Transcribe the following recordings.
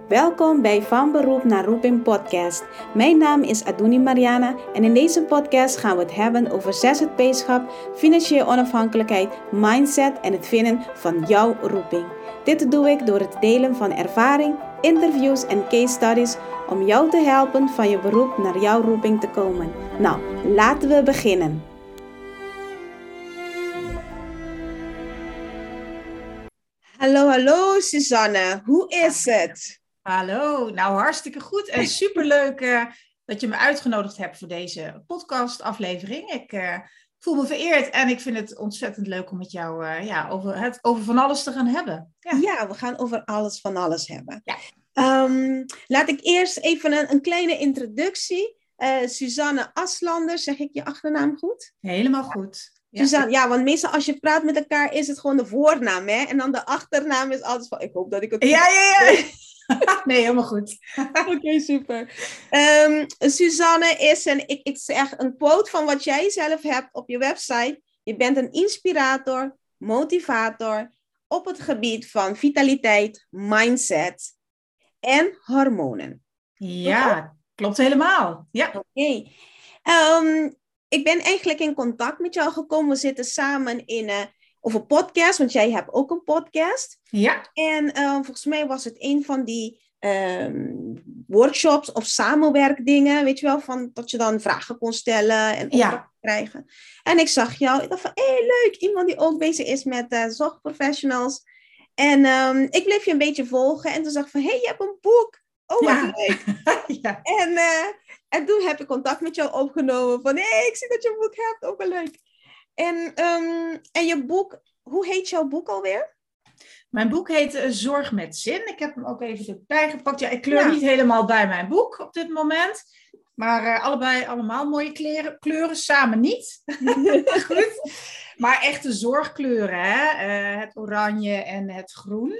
Welkom bij Van Beroep naar Roeping podcast. Mijn naam is Adouni Mariana en in deze podcast gaan we het hebben over ZZP-schap, financiële onafhankelijkheid, mindset en het vinden van jouw roeping. Dit doe ik door het delen van ervaring, interviews en case studies om jou te helpen van je beroep naar jouw roeping te komen. Nou, laten we beginnen. Hallo Suzanne, hoe is het? Hallo, nou hartstikke goed en superleuk dat je me uitgenodigd hebt voor deze podcastaflevering. Ik voel me vereerd en ik vind het ontzettend leuk om met jou over van alles te gaan hebben. Ja, we gaan over van alles hebben. Ja. Laat ik eerst even een kleine introductie. Suzanne Aslander, zeg ik je achternaam goed? Helemaal goed. Ja. Suzanne, ja, want meestal als je praat met elkaar is het gewoon de voornaam, hè? En dan de achternaam is altijd van, ik hoop dat ik het... Ja. Nee, helemaal goed. Oké, super. Suzanne is ik zeg een quote van wat jij zelf hebt op je website. Je bent een inspirator, motivator op het gebied van vitaliteit, mindset en hormonen. Ja, klopt helemaal. Ja. Oké. Ik ben eigenlijk in contact met jou gekomen. We zitten samen of een podcast, want jij hebt ook een podcast. Ja. En volgens mij was het een van die workshops of samenwerkdingen, weet je wel, van dat je dan vragen kon stellen en opdrachten krijgen. En ik zag jou, ik dacht van, leuk, iemand die ook bezig is met zorgprofessionals. En ik bleef je een beetje volgen en toen zag ik van, je hebt een boek. Oh, wat leuk. Ja. En toen heb ik contact met jou opgenomen van, ik zie dat je een boek hebt, ook wel leuk. En je boek, hoe heet jouw boek alweer? Mijn boek heet Zorg met Zin. Ik heb hem ook even erbij gepakt. Ja, ik kleur niet helemaal bij mijn boek op dit moment. Maar allemaal mooie kleuren, samen niet. Goed. Maar echte zorgkleuren, hè? Het oranje en het groen.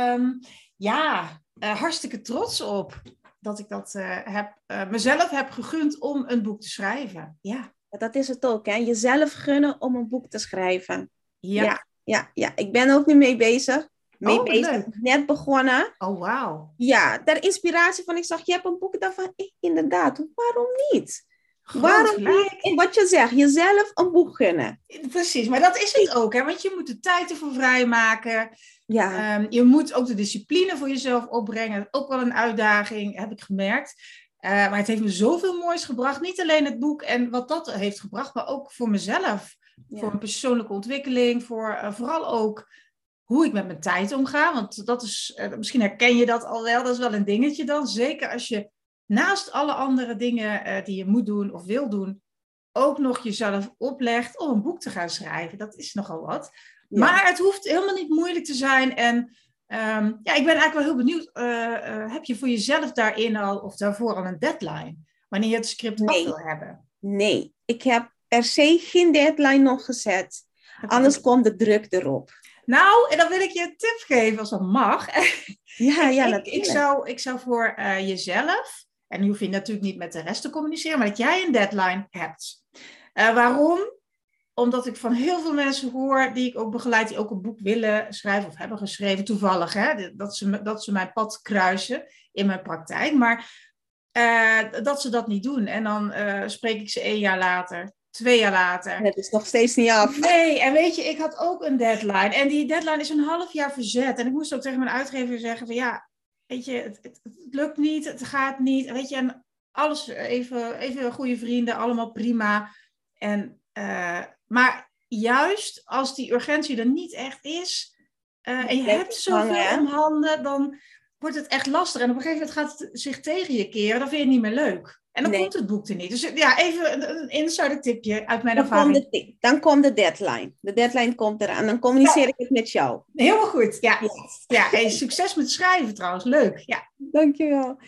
Hartstikke trots op dat ik dat mezelf heb gegund om een boek te schrijven. Ja. Dat is het ook, hè? Jezelf gunnen om een boek te schrijven. Ja. Ja. Ik ben ook nu mee bezig. Leuk. Net begonnen. Oh, wauw. Ja, ter inspiratie van, ik zag, je hebt een boek. Ik dacht van, inderdaad, waarom niet? Waarom niet? En wat je zegt, jezelf een boek gunnen. Precies, maar dat is het ook, hè? Want je moet de tijd ervoor vrijmaken. Ja. Je moet ook de discipline voor jezelf opbrengen. Ook wel een uitdaging, heb ik gemerkt. Maar het heeft me zoveel moois gebracht. Niet alleen het boek en wat dat heeft gebracht, maar ook voor mezelf. Ja. Voor mijn persoonlijke ontwikkeling. Vooral ook hoe ik met mijn tijd omga. Want dat is, misschien herken je dat al wel. Dat is wel een dingetje dan. Zeker als je naast alle andere dingen die je moet doen of wil doen, ook nog jezelf oplegt om een boek te gaan schrijven. Dat is nogal wat. Ja. Maar het hoeft helemaal niet moeilijk te zijn. En ik ben eigenlijk wel heel benieuwd. Heb je voor jezelf daarin al of daarvoor al een deadline? Wanneer je het script af wil hebben? Nee, ik heb per se geen deadline nog gezet. Anders komt de druk erop. Nou, en dan wil ik je een tip geven als dat mag. Ik zou voor jezelf, en nu hoef je natuurlijk niet met de rest te communiceren, maar dat jij een deadline hebt. Waarom? Omdat ik van heel veel mensen hoor die ik ook begeleid, die ook een boek willen schrijven of hebben geschreven, toevallig, hè, dat ze mijn pad kruisen in mijn praktijk, maar dat ze dat niet doen. En dan spreek ik ze 1 jaar later, 2 jaar later. Het is nog steeds niet af. Nee, en weet je, ik had ook een deadline. En die deadline is een half jaar verzet. En ik moest ook tegen mijn uitgever zeggen van weet je, het lukt niet, het gaat niet. Weet je, en alles even goede vrienden, allemaal prima. Maar juist als die urgentie er niet echt is, en je hebt zoveel om handen, dan wordt het echt lastig. En op een gegeven moment gaat het zich tegen je keren, dan vind je het niet meer leuk. En dan komt het boek er niet. Dus even een insider tipje uit mijn ervaring. Dan komt de deadline. De deadline komt eraan. Dan communiceer ik het met jou. Helemaal goed. Ja. Yes. Hey, succes met schrijven trouwens. Leuk. Ja. Dankjewel.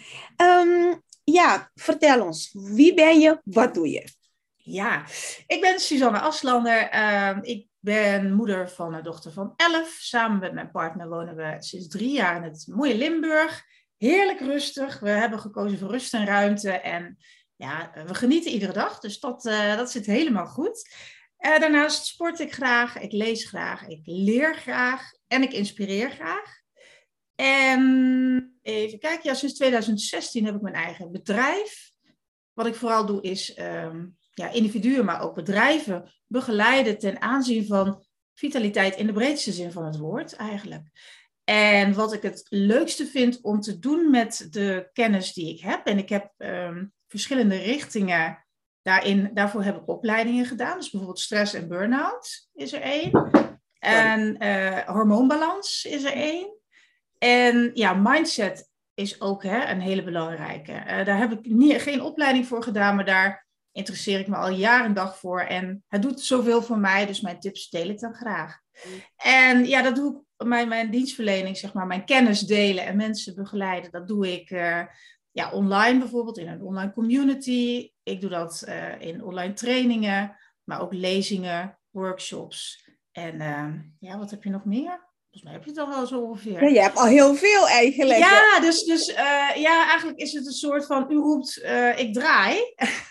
Vertel ons. Wie ben je? Wat doe je? Ja, ik ben Suzanne Aslander. Ik ben moeder van een dochter van 11. Samen met mijn partner wonen we sinds 3 jaar in het mooie Limburg. Heerlijk rustig. We hebben gekozen voor rust en ruimte. En we genieten iedere dag. Dus dat zit helemaal goed. Daarnaast sport ik graag. Ik lees graag. Ik leer graag. En ik inspireer graag. En even kijken, ja, sinds 2016 heb ik mijn eigen bedrijf. Wat ik vooral doe is individuen, maar ook bedrijven begeleiden ten aanzien van vitaliteit in de breedste zin van het woord eigenlijk. En wat ik het leukste vind om te doen met de kennis die ik heb, en ik heb verschillende richtingen daarvoor heb ik opleidingen gedaan. Dus bijvoorbeeld stress en burn-out is er één. En hormoonbalans is er één. En ja, mindset is ook een hele belangrijke. Daar heb ik geen opleiding voor gedaan, maar daar interesseer ik me al jaren en dag voor. En het doet zoveel voor mij, dus mijn tips deel ik dan graag. En ja, dat doe ik, mijn dienstverlening, zeg maar, mijn kennis delen en mensen begeleiden. Dat doe ik online bijvoorbeeld, in een online community. Ik doe dat in online trainingen, maar ook lezingen, workshops. En wat heb je nog meer? Volgens mij heb je het al wel zo ongeveer. Ja, je hebt al heel veel eigenlijk. Ja, dus eigenlijk is het een soort van, u roept, ik draai.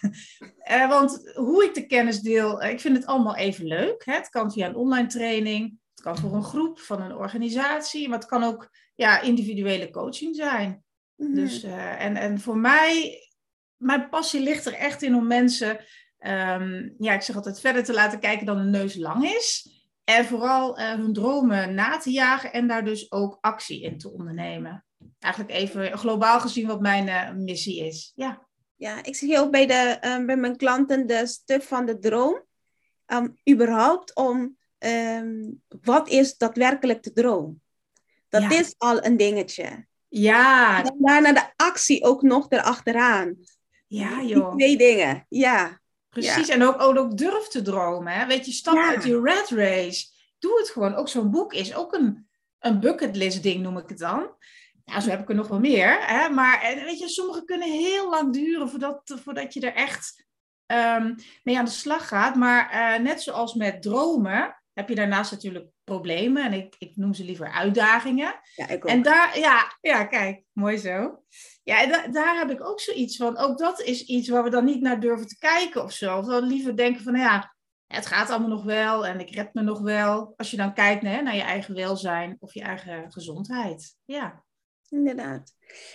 Want hoe ik de kennis deel, ik vind het allemaal even leuk. Hè? Het kan via een online training, het kan voor een groep van een organisatie, maar het kan ook individuele coaching zijn. Mm-hmm. Dus, en voor mij, mijn passie ligt er echt in om mensen, ik zeg altijd, verder te laten kijken dan een neus lang is. En vooral hun dromen na te jagen en daar dus ook actie in te ondernemen. Eigenlijk even globaal gezien wat mijn missie is. Ja, ik zie ook bij mijn klanten de stuk van de droom. Überhaupt wat is daadwerkelijk de droom? Dat is al een dingetje. Ja. En daarna de actie ook nog erachteraan. Ja, joh. Die 2 dingen, ja. Precies, ja. En ook durf te dromen. Hè? Weet je, stap uit die rat race. Doe het gewoon. Ook zo'n boek is ook een bucketlist ding, noem ik het dan. Nou, zo heb ik er nog wel meer. Hè? Maar weet je, sommige kunnen heel lang duren voordat je er echt mee aan de slag gaat. Maar net zoals met dromen heb je daarnaast natuurlijk problemen. En ik noem ze liever uitdagingen. Ja, ik ook. En daar, kijk, mooi zo. Ja, daar heb ik ook zoiets van. Ook dat is iets waar we dan niet naar durven te kijken of zo. Of dan liever denken van, het gaat allemaal nog wel en ik red me nog wel. Als je dan kijkt naar je eigen welzijn of je eigen gezondheid. Ja. Inderdaad.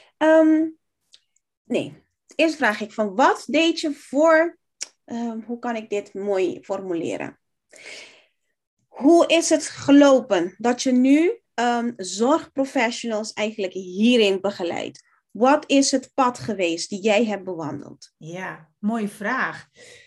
Eerst vraag ik van, wat deed je voor... hoe kan ik dit mooi formuleren? Hoe is het gelopen dat je nu zorgprofessionals eigenlijk hierin begeleidt? Wat is het pad geweest die jij hebt bewandeld? Ja, mooie vraag.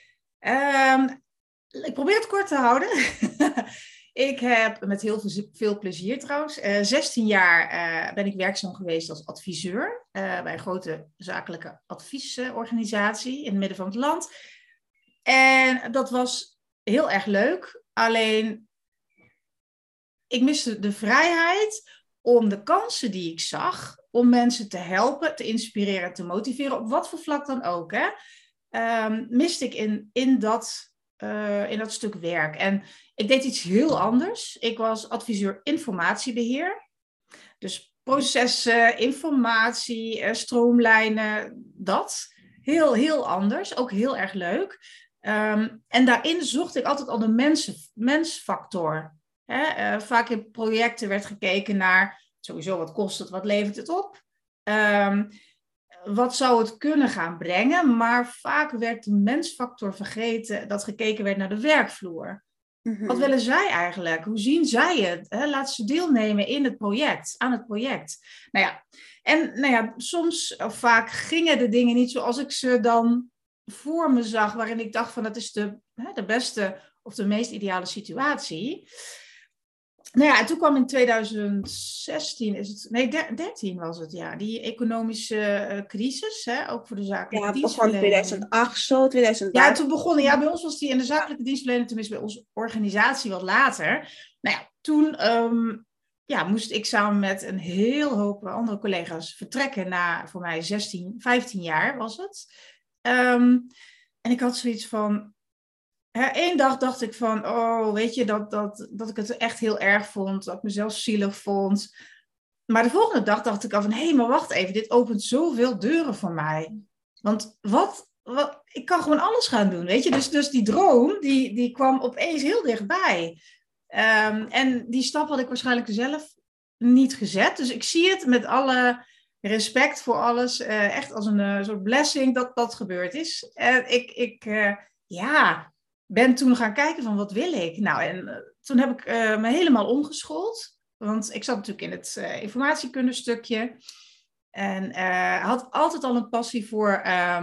Ik probeer het kort te houden. Ik heb met heel veel plezier trouwens. 16 jaar ben ik werkzaam geweest als adviseur bij een grote zakelijke adviesorganisatie in het midden van het land. En dat was heel erg leuk. Alleen, ik miste de vrijheid om de kansen die ik zag, om mensen te helpen, te inspireren, te motiveren, op wat voor vlak dan ook, miste ik in dat stuk werk. En ik deed iets heel anders. Ik was adviseur informatiebeheer. Dus processen, informatie, stroomlijnen, dat. Heel, heel anders. Ook heel erg leuk. En daarin zocht ik altijd al de mensfactor. Vaak in projecten werd gekeken naar sowieso wat kost het, wat levert het op. Wat zou het kunnen gaan brengen? Maar vaak werd de mensfactor vergeten dat gekeken werd naar de werkvloer. Mm-hmm. Wat willen zij eigenlijk? Hoe zien zij het? Laat ze deelnemen in het project, aan het project. Soms of vaak gingen de dingen niet zoals ik ze dan voor me zag, waarin ik dacht van dat is de beste of de meest ideale situatie. En toen kwam in 2013 was het, die economische crisis, ook voor de zakelijke dienstverlening. Ja, begon 2008 zo, 2008. Ja, toen begon, bij ons was die in de zakelijke dienstverlening, tenminste bij onze organisatie wat later. Toen moest ik samen met een heel hoop andere collega's vertrekken na, voor mij 15 jaar was het. En ik had zoiets van... Eén dag dacht ik van, weet je, dat ik het echt heel erg vond. Dat ik mezelf zielig vond. Maar de volgende dag dacht ik al van, maar wacht even. Dit opent zoveel deuren voor mij. Want ik kan gewoon alles gaan doen, weet je. Dus die droom, die kwam opeens heel dichtbij. En die stap had ik waarschijnlijk zelf niet gezet. Dus ik zie het met alle respect voor alles. Echt als een soort blessing dat dat gebeurd is. En ik ben toen gaan kijken van wat wil ik? Nou, en toen heb ik me helemaal omgeschoold. Want ik zat natuurlijk in het informatiekundestukje. En had altijd al een passie voor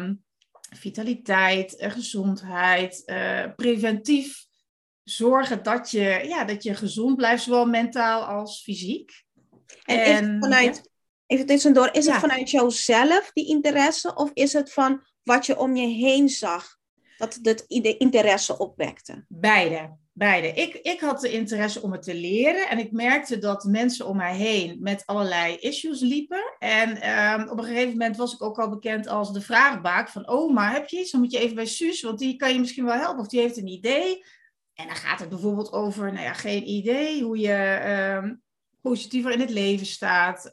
vitaliteit, gezondheid, preventief zorgen dat je gezond blijft, zowel mentaal als fysiek. En is het vanuit, even tussendoor, is het vanuit jouzelf die interesse, of is het van wat je om je heen zag, dat het de interesse opwekte? Beide. Ik had de interesse om het te leren en ik merkte dat mensen om mij heen met allerlei issues liepen. En op een gegeven moment was ik ook al bekend als de vraagbaak van, oh, maar heb je iets? Dan moet je even bij Suus, want die kan je misschien wel helpen of die heeft een idee. En dan gaat het bijvoorbeeld over, geen idee, hoe je positiever in het leven staat.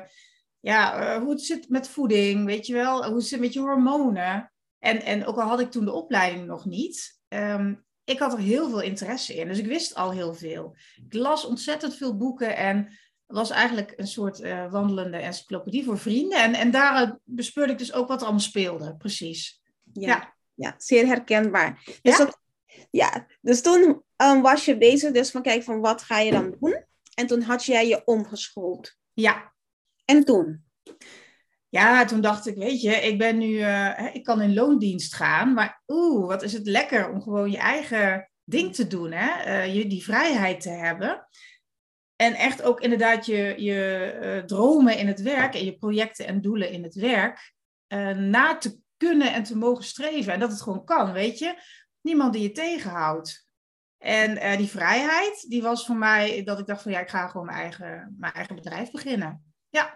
Hoe het zit met voeding, weet je wel. Hoe het zit met je hormonen. En ook al had ik toen de opleiding nog niet, ik had er heel veel interesse in. Dus ik wist al heel veel. Ik las ontzettend veel boeken en was eigenlijk een soort wandelende encyclopedie voor vrienden. En daar bespeurde ik dus ook wat er allemaal speelde, precies. Ja, zeer herkenbaar. Dus, dus toen was je bezig dus van kijk, van wat ga je dan doen? En toen had jij je omgeschoold. Ja. En toen? Ja, toen dacht ik, weet je, ik ben nu, ik kan in loondienst gaan, maar wat is het lekker om gewoon je eigen ding te doen, hè? Die vrijheid te hebben. En echt ook inderdaad je dromen in het werk en je projecten en doelen in het werk na te kunnen en te mogen streven. En dat het gewoon kan, weet je. Niemand die je tegenhoudt. En die vrijheid, die was voor mij dat ik dacht van ik ga gewoon mijn eigen bedrijf beginnen. Ja.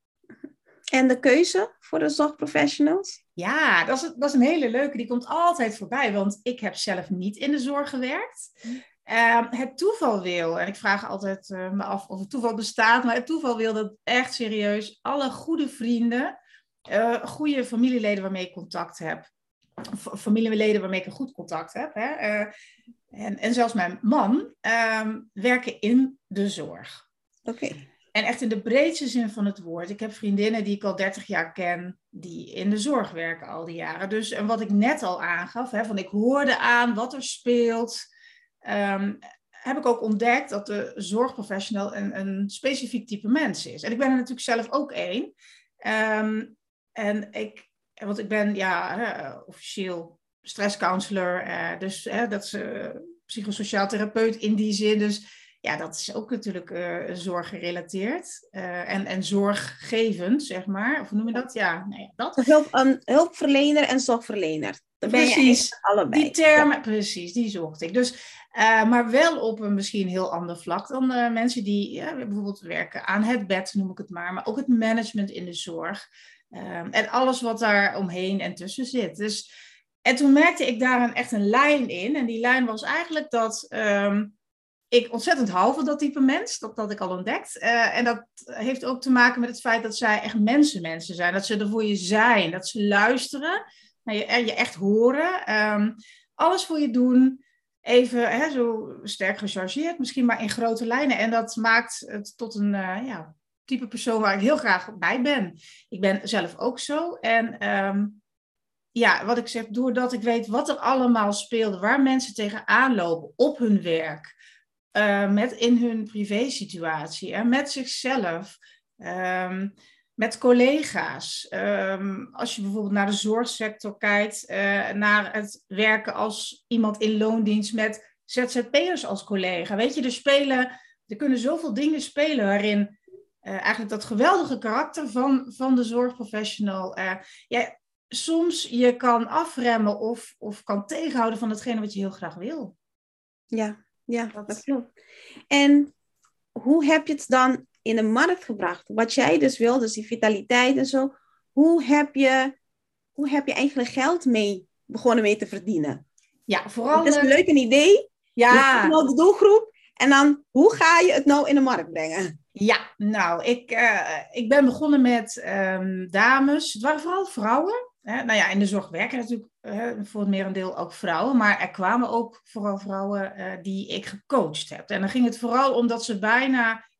En de keuze voor de zorgprofessionals? Ja, dat is een hele leuke. Die komt altijd voorbij, want ik heb zelf niet in de zorg gewerkt. Het toeval wil, en ik vraag altijd me af of het toeval bestaat, maar het toeval wil dat echt serieus alle goede vrienden, goede familieleden waarmee ik contact heb, familieleden waarmee ik een goed contact heb, hè, en zelfs mijn man, werken in de zorg. Oké. En echt in de breedste zin van het woord. Ik heb vriendinnen die ik al 30 jaar ken, die in de zorg werken al die jaren. Dus, en wat ik net al aangaf, van ik hoorde aan wat er speelt, heb ik ook ontdekt dat de zorgprofessional een specifiek type mens is. En ik ben er natuurlijk zelf ook één. Want ik ben officieel stresscounselor, dus dat is psychosociaal therapeut in die zin. Dus ja, dat is ook natuurlijk zorggerelateerd en zorggevend, zeg maar. Of hoe noem je dat? Ja, dat. Hulpverlener en zorgverlener. Dan ben precies, je allebei. Die termen, precies, die zocht ik. Dus, maar wel op een misschien heel ander vlak dan mensen die bijvoorbeeld werken aan het bed, noem ik het maar ook het management in de zorg. En alles wat daar omheen en tussen zit. Dus, en toen merkte ik daar echt een lijn in. En die lijn was eigenlijk dat ik ontzettend hou van dat type mens. Dat had ik al ontdekt. En dat heeft ook te maken met het feit dat zij echt mensen zijn. Dat ze er voor je zijn. Dat ze luisteren. Je echt horen. Alles voor je doen. Even zo sterk gechargeerd. Misschien maar in grote lijnen. En dat maakt het tot een type persoon waar ik heel graag bij ben. Ik ben zelf ook zo. En wat ik zeg, doordat ik weet wat er allemaal speelde, waar mensen tegenaan lopen op hun werk, in hun privésituatie, met zichzelf, met collega's. Als je bijvoorbeeld naar de zorgsector kijkt, naar het werken als iemand in loondienst met ZZP'ers als collega. Weet je, er kunnen zoveel dingen spelen waarin eigenlijk dat geweldige karakter van de zorgprofessional soms je kan afremmen of kan tegenhouden van hetgene wat je heel graag wil. Ja, dat klopt. En hoe heb je het dan in de markt gebracht? Wat jij dus wil, dus die vitaliteit en zo. Hoe heb je eigenlijk geld begonnen mee te verdienen? Ja, vooral... Het is een leuk idee. Ja. De doelgroep. En dan, hoe ga je het nou in de markt brengen? Ja, nou, ik ben begonnen met dames. Het waren vooral vrouwen. In de zorg werken natuurlijk voor het merendeel ook vrouwen. Maar er kwamen ook vooral vrouwen die ik gecoacht heb. En dan ging het vooral om dat ze bijna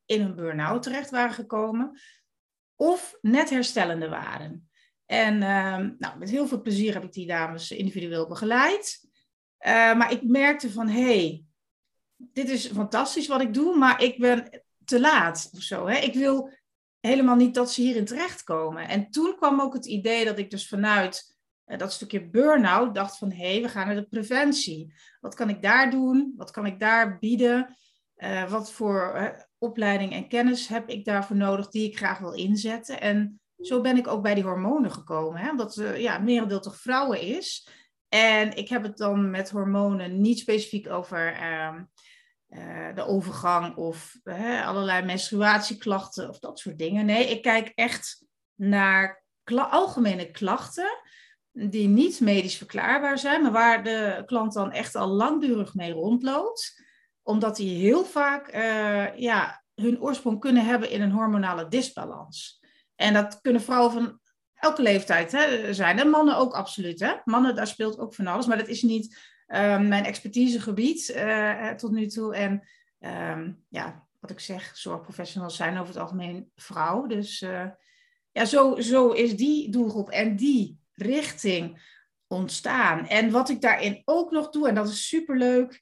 in een burn-out terecht waren gekomen, of net herstellende waren. En met heel veel plezier heb ik die dames individueel begeleid. Maar ik merkte van, dit is fantastisch wat ik doe, maar ik ben te laat of zo. Hè? Ik wil helemaal niet dat ze hierin terechtkomen. En toen kwam ook het idee dat ik dus vanuit dat stukje burn-out dacht van, we gaan naar de preventie. Wat kan ik daar doen? Wat kan ik daar bieden? Wat voor opleiding en kennis heb ik daarvoor nodig die ik graag wil inzetten? En zo ben ik ook bij die hormonen gekomen. Hè? Omdat het merendeel toch vrouwen is. En ik heb het dan met hormonen niet specifiek over de overgang of allerlei menstruatieklachten of dat soort dingen. Nee, ik kijk echt naar algemene klachten die niet medisch verklaarbaar zijn, maar waar de klant dan echt al langdurig mee rondloopt, omdat die heel vaak hun oorsprong kunnen hebben in een hormonale disbalans. En dat kunnen vrouwen van elke leeftijd zijn. En mannen ook absoluut. Hè? Mannen, daar speelt ook van alles. Maar dat is niet mijn expertisegebied tot nu toe. En wat ik zeg, zorgprofessionals zijn over het algemeen vrouw. Dus zo is die doelgroep en die richting ontstaan. En wat ik daarin ook nog doe, en dat is superleuk.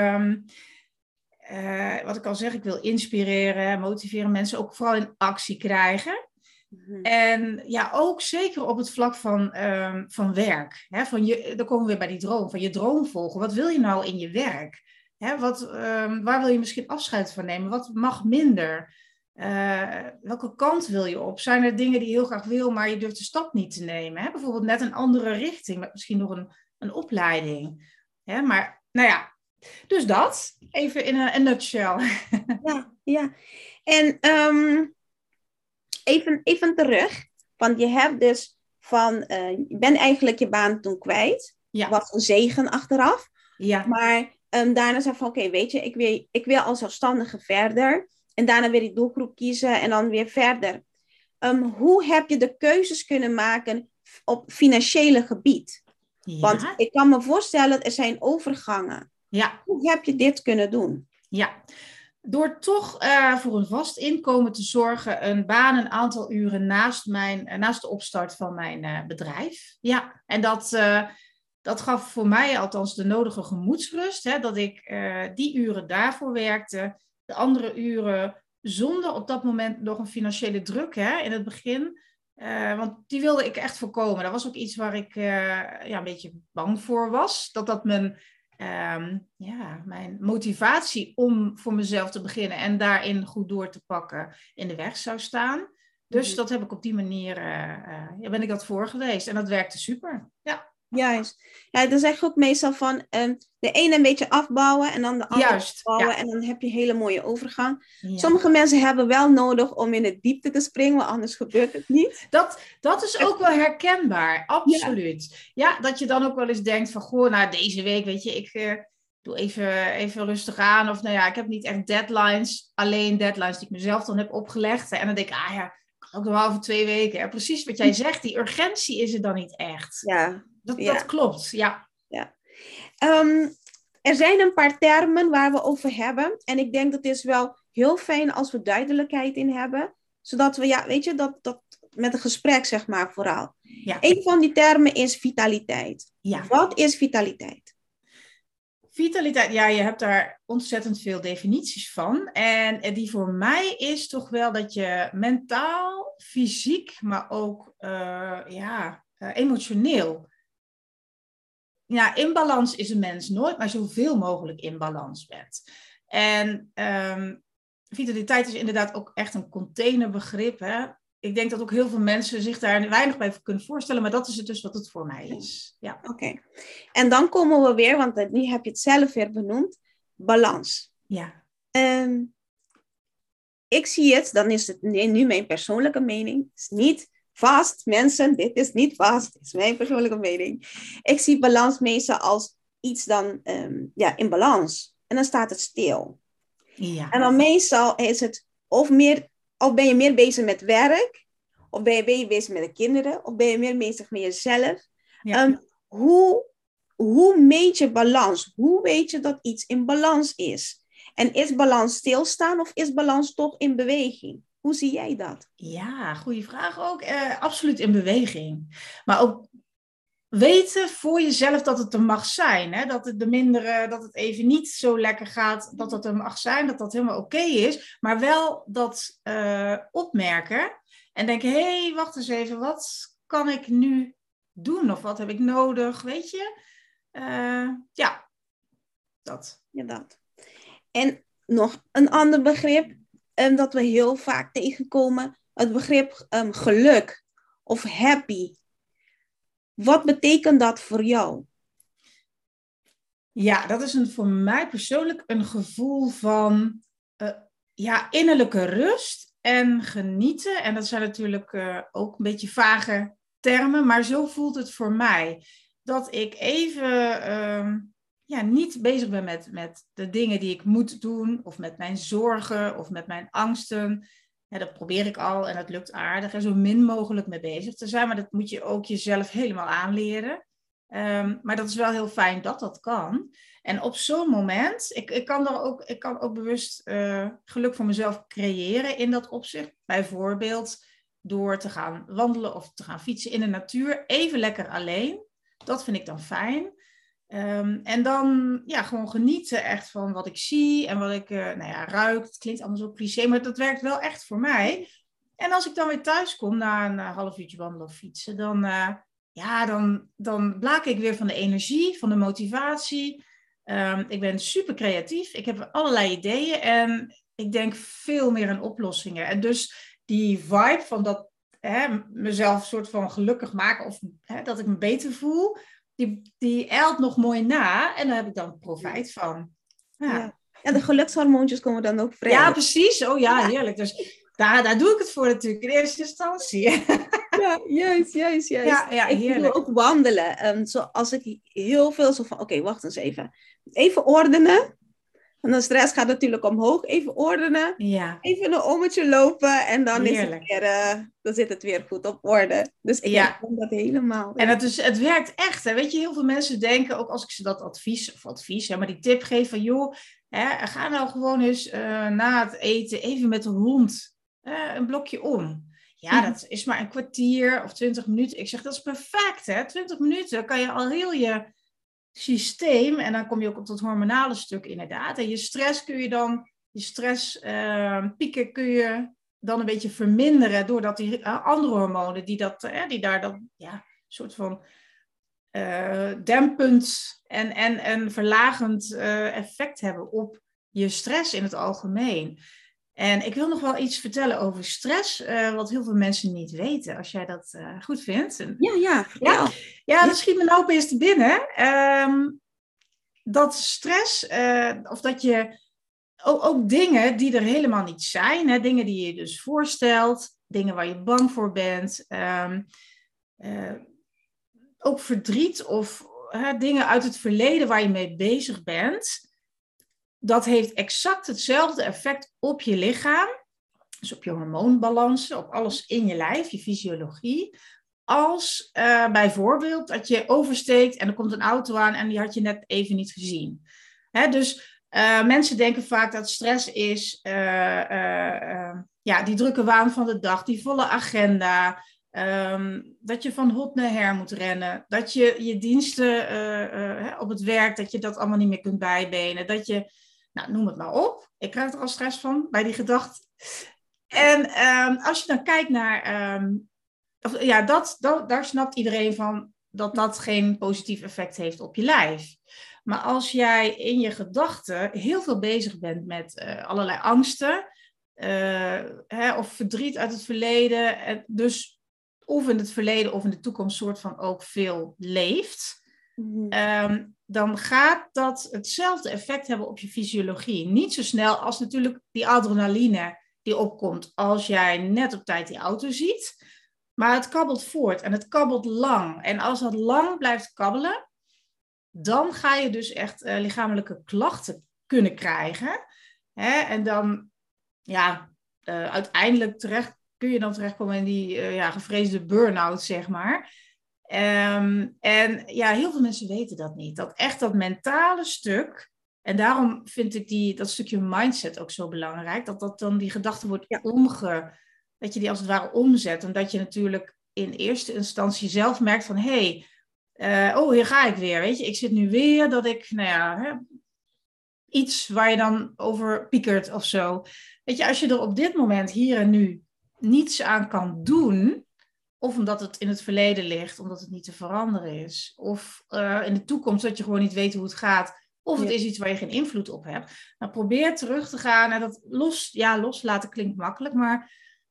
Wat ik al zeg, ik wil inspireren, motiveren, mensen ook vooral in actie krijgen. Mm-hmm. En ook zeker op het vlak van werk. Hè, dan komen we weer bij die droom, van je droom volgen. Wat wil je nou in je werk? Hè, waar wil je misschien afscheid van nemen? Wat mag minder? Welke kant wil je op? Zijn er dingen die je heel graag wil, maar je durft de stap niet te nemen? Hè? Bijvoorbeeld net een andere richting, met misschien nog een opleiding. Hè? Maar dus dat, even in een nutshell. Ja. En even terug, want je hebt dus je bent eigenlijk je baan toen kwijt. Ja. Was een zegen achteraf. Ja. Maar daarna zei van, oké, weet je, ik wil als zelfstandige verder. En daarna weer die doelgroep kiezen en dan weer verder. Hoe heb je de keuzes kunnen maken op financiële gebied? Ja. Want ik kan me voorstellen, er zijn overgangen. Ja. Hoe heb je dit kunnen doen? Ja, door toch voor een vast inkomen te zorgen, een baan, een aantal uren naast de opstart van mijn bedrijf. Ja, en dat gaf voor mij althans de nodige gemoedsrust, hè, dat ik die uren daarvoor werkte, de andere uren zonder op dat moment nog een financiële druk in het begin. Want die wilde ik echt voorkomen. Dat was ook iets waar ik een beetje bang voor was. Dat mijn motivatie om voor mezelf te beginnen en daarin goed door te pakken in de weg zou staan. Dus dat heb ik op die manier, ben ik dat voor geweest. En dat werkte super. Ja. Juist. Ja, dan zeg ik ook meestal van de ene een beetje afbouwen en dan de andere afbouwen. Ja. En dan heb je een hele mooie overgang. Ja. Sommige mensen hebben wel nodig om in de diepte te springen, want anders gebeurt het niet. Dat is ook wel herkenbaar, absoluut. Ja, dat je dan ook wel eens denkt van, deze week, weet je, ik doe even rustig aan. Of ik heb niet echt deadlines, alleen deadlines die ik mezelf dan heb opgelegd. En dan denk ik, ook nog wel over 2 weken. En precies wat jij zegt, die urgentie is er dan niet echt. Ja. Dat klopt, ja. Er zijn een paar termen waar we over hebben. En ik denk dat het is wel heel fijn als we duidelijkheid in hebben. Zodat we, dat met een gesprek, zeg maar, vooral. Ja. Een van die termen is vitaliteit. Ja. Wat is vitaliteit? Vitaliteit, je hebt daar ontzettend veel definities van. En die voor mij is toch wel dat je mentaal, fysiek, maar ook emotioneel. Ja, in balans is een mens nooit, maar zoveel mogelijk in balans bent. En vitaliteit is inderdaad ook echt een containerbegrip. Hè? Ik denk dat ook heel veel mensen zich daar weinig bij kunnen voorstellen, maar dat is het dus wat het voor mij is. Ja. Oké. En dan komen we weer, want nu heb je het zelf weer benoemd, balans. Ja. Ik zie het, dan is het nu mijn persoonlijke mening, het is niet vast, mensen, dit is niet vast. Dit is mijn persoonlijke mening. Ik zie balans meestal als iets dan in balans. En dan staat het stil. Ja. En dan meestal is het of ben je meer bezig met werk, of ben je bezig met de kinderen, of ben je meer bezig met jezelf. Ja. Hoe meet je balans? Hoe weet je dat iets in balans is? En is balans stilstaan of is balans toch in beweging? Hoe zie jij dat? Ja, goede vraag ook. Absoluut in beweging. Maar ook weten voor jezelf dat het er mag zijn. Hè? Dat het even niet zo lekker gaat, dat het er mag zijn, dat dat helemaal oké is. Maar wel dat opmerken en denken, hé, wacht eens even, wat kan ik nu doen? Of wat heb ik nodig, weet je? Ja, dat. Ja, dat. En nog een ander begrip dat we heel vaak tegenkomen. Het begrip geluk of happy. Wat betekent dat voor jou? Ja, dat is voor mij persoonlijk een gevoel van innerlijke rust en genieten. En dat zijn natuurlijk ook een beetje vage termen, maar zo voelt het voor mij. Dat ik even niet bezig ben met de dingen die ik moet doen, of met mijn zorgen, of met mijn angsten. Ja, dat probeer ik al en dat lukt aardig. Er zo min mogelijk mee bezig te zijn, maar dat moet je ook jezelf helemaal aanleren. Maar dat is wel heel fijn dat dat kan. En op zo'n moment, ik kan ook bewust geluk voor mezelf creëren in dat opzicht. Bijvoorbeeld door te gaan wandelen of te gaan fietsen in de natuur. Even lekker alleen. Dat vind ik dan fijn. En dan gewoon genieten echt van wat ik zie en wat ik ruik. Het klinkt allemaal zo cliché, maar dat werkt wel echt voor mij. En als ik dan weer thuis kom na een half uurtje wandelen of fietsen, dan blaak ik weer van de energie, van de motivatie. Ik ben super creatief. Ik heb allerlei ideeën en ik denk veel meer aan oplossingen. En dus die vibe van dat mezelf soort van gelukkig maken of dat ik me beter voel, die eilt nog mooi na en daar heb ik dan profijt van. Ja. En de gelukshormoontjes komen dan ook vrij. Ja, precies. Oh ja, heerlijk. Dus daar doe ik het voor natuurlijk in eerste instantie. Ja, juist. Ja, ik heerlijk. doe ook wandelen. Zoals ik heel veel zo van, oké, wacht eens even. Even ordenen. En de stress gaat natuurlijk omhoog. Even ordenen. Ja. Even een ommetje lopen. En dan, Heerlijk. dan zit het weer goed op orde. Dus ik herken dat helemaal. Ja. En het werkt echt. Hè. Weet je, heel veel mensen denken, ook als ik ze dat advies, maar die tip geef van, joh, ga nou gewoon eens na het eten even met de hond een blokje om. Ja, dat is maar een kwartier of 20 minuten. Ik zeg, dat is perfect, hè. 20 minuten kan je al heel je systeem, en dan kom je ook op dat hormonale stuk inderdaad. En je stresspieken kun je dan een beetje verminderen, doordat die andere hormonen, die daar dan soort van dempend en verlagend effect hebben op je stress in het algemeen. En ik wil nog wel iets vertellen over stress, wat heel veel mensen niet weten, als jij dat goed vindt. Ja, dat schiet me nou opeens te binnen. Dat stress, of dat je ook dingen die er helemaal niet zijn, hè, dingen die je dus voorstelt, dingen waar je bang voor bent, ook verdriet of dingen uit het verleden waar je mee bezig bent, dat heeft exact hetzelfde effect op je lichaam, dus op je hormoonbalansen, op alles in je lijf, je fysiologie, als bijvoorbeeld dat je oversteekt en er komt een auto aan en die had je net even niet gezien. Dus mensen denken vaak dat stress is die drukke waan van de dag, die volle agenda, dat je van hot naar her moet rennen, dat je diensten op het werk, dat je dat allemaal niet meer kunt bijbenen, dat je, noem het maar op. Ik krijg er al stress van bij die gedachte. En als je dan kijkt naar, daar snapt iedereen van dat dat geen positief effect heeft op je lijf. Maar als jij in je gedachten heel veel bezig bent met allerlei angsten, of verdriet uit het verleden, dus of in het verleden of in de toekomst soort van ook veel leeft, dan gaat dat hetzelfde effect hebben op je fysiologie. Niet zo snel als natuurlijk die adrenaline die opkomt als jij net op tijd die auto ziet. Maar het kabbelt voort en het kabbelt lang. En als dat lang blijft kabbelen, dan ga je dus echt lichamelijke klachten kunnen krijgen. En dan, uiteindelijk kun je dan terechtkomen in die gevreesde burn-out, zeg maar. En heel veel mensen weten dat niet. Dat echt dat mentale stuk, En daarom vind ik dat stukje mindset ook zo belangrijk. Dat dan die gedachte wordt dat je die als het ware omzet. Omdat je natuurlijk in eerste instantie zelf merkt van... hier ga ik weer, weet je. Ik zit nu weer dat ik, iets waar je dan over piekert of zo. Weet je, als je er op dit moment hier en nu niets aan kan doen... of omdat het in het verleden ligt, omdat het niet te veranderen is... of in de toekomst dat je gewoon niet weet hoe het gaat... of het is iets waar je geen invloed op hebt... dan probeer terug te gaan en dat loslaten klinkt makkelijk... maar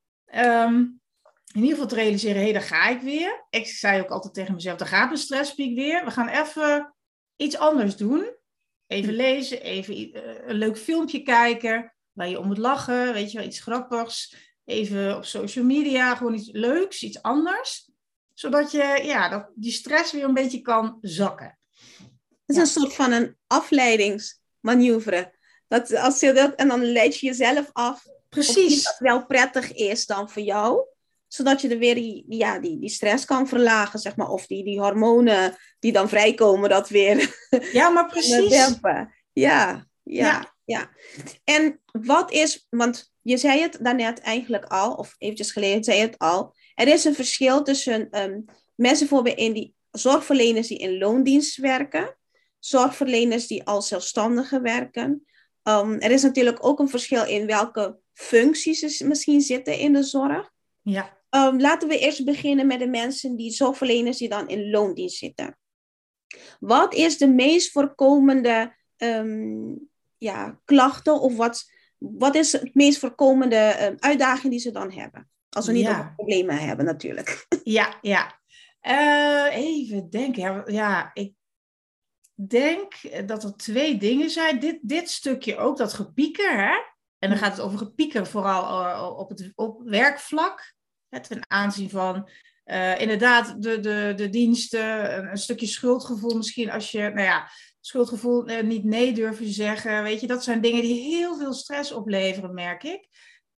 in ieder geval te realiseren, daar ga ik weer. Ik zei ook altijd tegen mezelf, daar gaat mijn stresspiek weer. We gaan even iets anders doen. Even lezen, even een leuk filmpje kijken... waar je om moet lachen, weet je wel, iets grappigs... Even op social media, gewoon iets leuks, iets anders. Zodat je dat die stress weer een beetje kan zakken. Het is een soort van een afleidingsmanoeuvre. En dan leid je jezelf af. Precies. Of dat wel prettig is dan voor jou. Zodat je er weer die stress kan verlagen, zeg maar. Of die hormonen die dan vrijkomen, dat weer Ja, maar precies. dempen. Ja. En wat is, want je zei het daarnet eigenlijk al, of eventjes geleden zei je het al. Er is een verschil tussen mensen bijvoorbeeld die zorgverleners die in loondienst werken. Zorgverleners die als zelfstandigen werken. Er is natuurlijk ook een verschil in welke functies ze misschien zitten in de zorg. Ja. Laten we eerst beginnen met de mensen zorgverleners die dan in loondienst zitten. Wat is de meest voorkomende klachten of wat is het meest voorkomende uitdaging die ze dan hebben? Als we niet over problemen hebben natuurlijk. Ja. Even denken. Ja, ik denk dat er 2 dingen zijn. Dit stukje ook, dat gepieker. Hè? En dan gaat het over gepieker vooral op werkvlak. Ten aanzien van inderdaad de diensten. Een stukje schuldgevoel misschien als je... schuldgevoel, niet nee durven zeggen. Weet je, dat zijn dingen die heel veel stress opleveren, merk ik.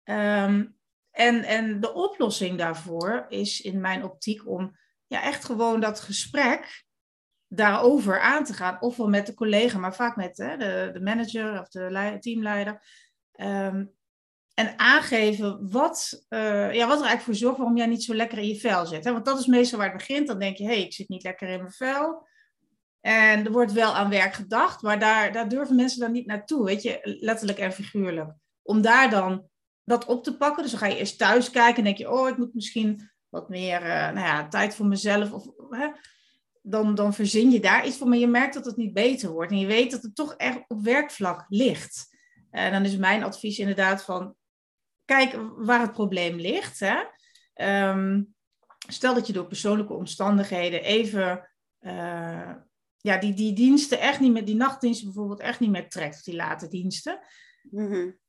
En de oplossing daarvoor is in mijn optiek om echt gewoon dat gesprek daarover aan te gaan. Ofwel met de collega, maar vaak met de manager of de teamleider. En aangeven wat er eigenlijk voor zorgt waarom jij niet zo lekker in je vel zit. Hè? Want dat is meestal waar het begint. Dan denk je, ik zit niet lekker in mijn vel. En er wordt wel aan werk gedacht, maar daar durven mensen dan niet naartoe, weet je, letterlijk en figuurlijk. Om daar dan dat op te pakken. Dus dan ga je eerst thuis kijken en denk je, ik moet misschien wat meer tijd voor mezelf. Of, dan verzin je daar iets voor, maar je merkt dat het niet beter wordt. En je weet dat het toch echt op werkvlak ligt. En dan is mijn advies inderdaad van, kijk waar het probleem ligt. Hè? Stel dat je door persoonlijke omstandigheden even... die diensten echt niet meer, die nachtdiensten bijvoorbeeld echt niet meer trekt, die late diensten. Mm-hmm.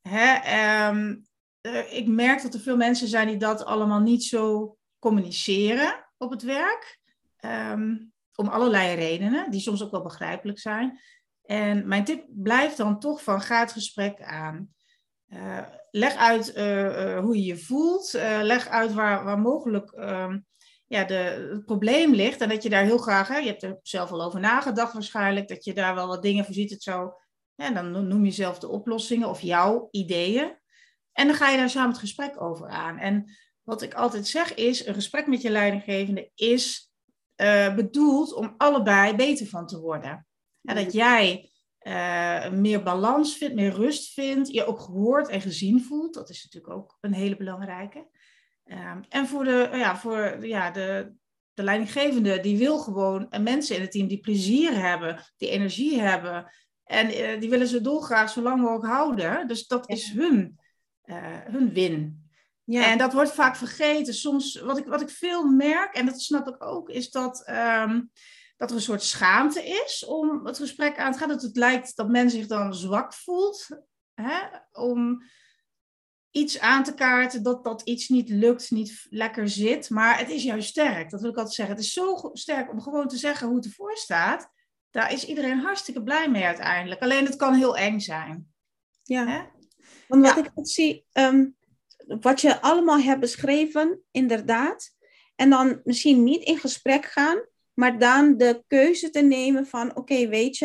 Ik merk dat er veel mensen zijn die dat allemaal niet zo communiceren op het werk. Om allerlei redenen, die soms ook wel begrijpelijk zijn. En mijn tip blijft dan toch van, ga het gesprek aan. Leg uit hoe je je voelt. Leg uit waar mogelijk... het probleem ligt en dat je daar heel graag, je hebt er zelf al over nagedacht waarschijnlijk, dat je daar wel wat dingen voor ziet. Dan noem je zelf de oplossingen of jouw ideeën. En dan ga je daar samen het gesprek over aan. En wat ik altijd zeg is, een gesprek met je leidinggevende is bedoeld om allebei beter van te worden. En dat jij meer balans vindt, meer rust vindt, je ook gehoord en gezien voelt. Dat is natuurlijk ook een hele belangrijke. En voor de leidinggevende, die wil gewoon mensen in het team die plezier hebben, die energie hebben. En die willen ze dolgraag zo lang mogelijk houden. Dus dat is hun win. Ja. En dat wordt vaak vergeten. Soms, wat ik veel merk, en dat snap ik ook, is dat er een soort schaamte is om het gesprek aan te gaan. Dat het lijkt dat men zich dan zwak voelt. Om iets aan te kaarten dat iets niet lukt, niet lekker zit. Maar het is juist sterk, dat wil ik altijd zeggen. Het is zo sterk om gewoon te zeggen hoe het ervoor staat. Daar is iedereen hartstikke blij mee uiteindelijk. Alleen het kan heel eng zijn. Ja, want wat ik ook zie, wat je allemaal hebt beschreven, inderdaad. En dan misschien niet in gesprek gaan, maar dan de keuze te nemen van, oké, weet je,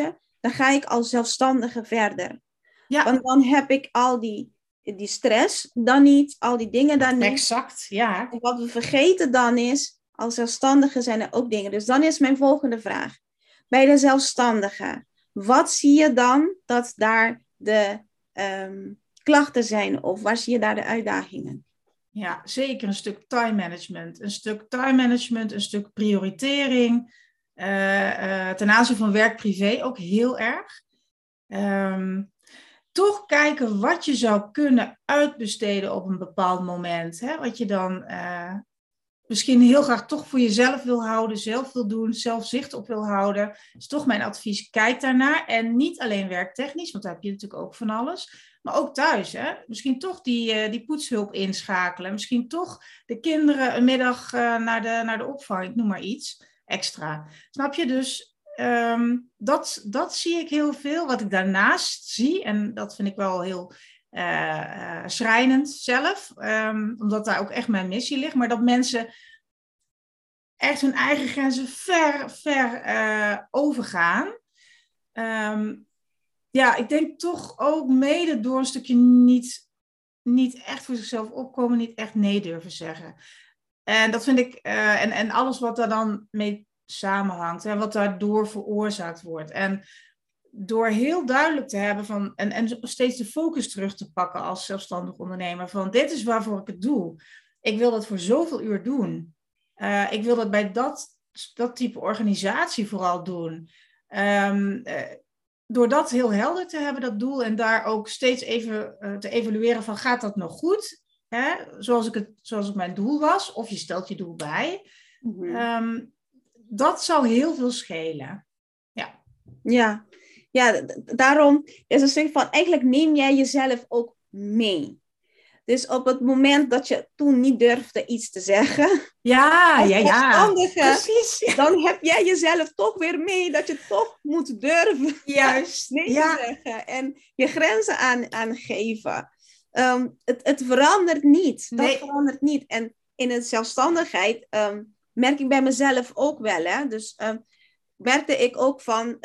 dan ga ik als zelfstandige verder. Ja. Want dan heb ik al die stress dan niet, al die dingen dan niet. Exact, ja. En wat we vergeten dan is, als zelfstandigen zijn er ook dingen. Dus dan is mijn volgende vraag. Bij de zelfstandigen, wat zie je dan dat daar de klachten zijn? Of waar zie je daar de uitdagingen? Ja, zeker een stuk time management. Een stuk prioritering. Ten aanzien van werk-privé ook heel erg. Toch kijken wat je zou kunnen uitbesteden op een bepaald moment. Hè? Wat je dan misschien heel graag toch voor jezelf wil houden, zelf wil doen, zelf zicht op wil houden. Dus toch mijn advies, kijk daarnaar. En niet alleen werktechnisch, want daar heb je natuurlijk ook van alles. Maar ook thuis. Hè? Misschien toch die poetshulp inschakelen. Misschien toch de kinderen een middag naar de opvang, ik noem maar iets, extra. Snap je? Dus dat zie ik heel veel. Wat ik daarnaast zie, en dat vind ik wel heel schrijnend zelf, omdat daar ook echt mijn missie ligt, maar dat mensen echt hun eigen grenzen ver overgaan. Ja, ik denk toch ook mede door een stukje niet echt voor zichzelf opkomen, niet echt nee durven zeggen. En dat vind ik, en alles wat daar dan mee samenhangt, hè, wat daardoor veroorzaakt wordt. En door heel duidelijk te hebben van, en steeds de focus terug te pakken als zelfstandig ondernemer, van dit is waarvoor ik het doe. Ik wil dat voor zoveel uur doen. Ik wil dat bij dat type organisatie vooral doen. Door dat heel helder te hebben, dat doel, en daar ook steeds even te evalueren van, gaat dat nog goed? Hè? Zoals het mijn doel was, of je stelt je doel bij. Mm-hmm. Dat zou heel veel schelen. Ja, daarom is een stuk van, eigenlijk neem jij jezelf ook mee. Dus op het moment dat je toen niet durfde iets te zeggen. Ja. Precies. Dan heb jij jezelf toch weer mee dat je toch moet durven. Juist. Nee te zeggen. En je grenzen aangeven. Het verandert niet. Nee. Dat verandert niet. En in de zelfstandigheid merk ik bij mezelf ook wel. Hè? Dus merkte ik ook van,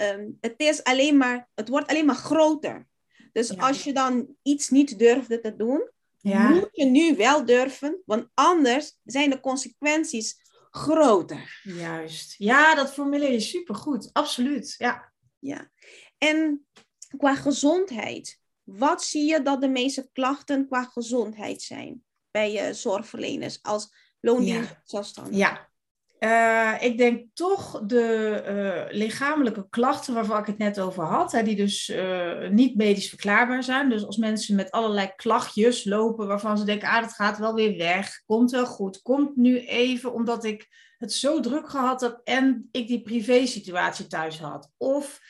het wordt alleen maar groter. Dus als je dan iets niet durfde te doen, moet je nu wel durven, want anders zijn de consequenties groter. Juist. Ja, dat formuleer je supergoed. Absoluut, ja. En qua gezondheid, wat zie je dat de meeste klachten qua gezondheid zijn bij zorgverleners als loondienst zelfstandig? Ja. Ik denk toch de lichamelijke klachten waarvan ik het net over had, hè, die dus niet medisch verklaarbaar zijn. Dus als mensen met allerlei klachtjes lopen waarvan ze denken, dat gaat wel weer weg, komt wel goed, komt nu even omdat ik het zo druk gehad heb en ik die privé-situatie thuis had. Of,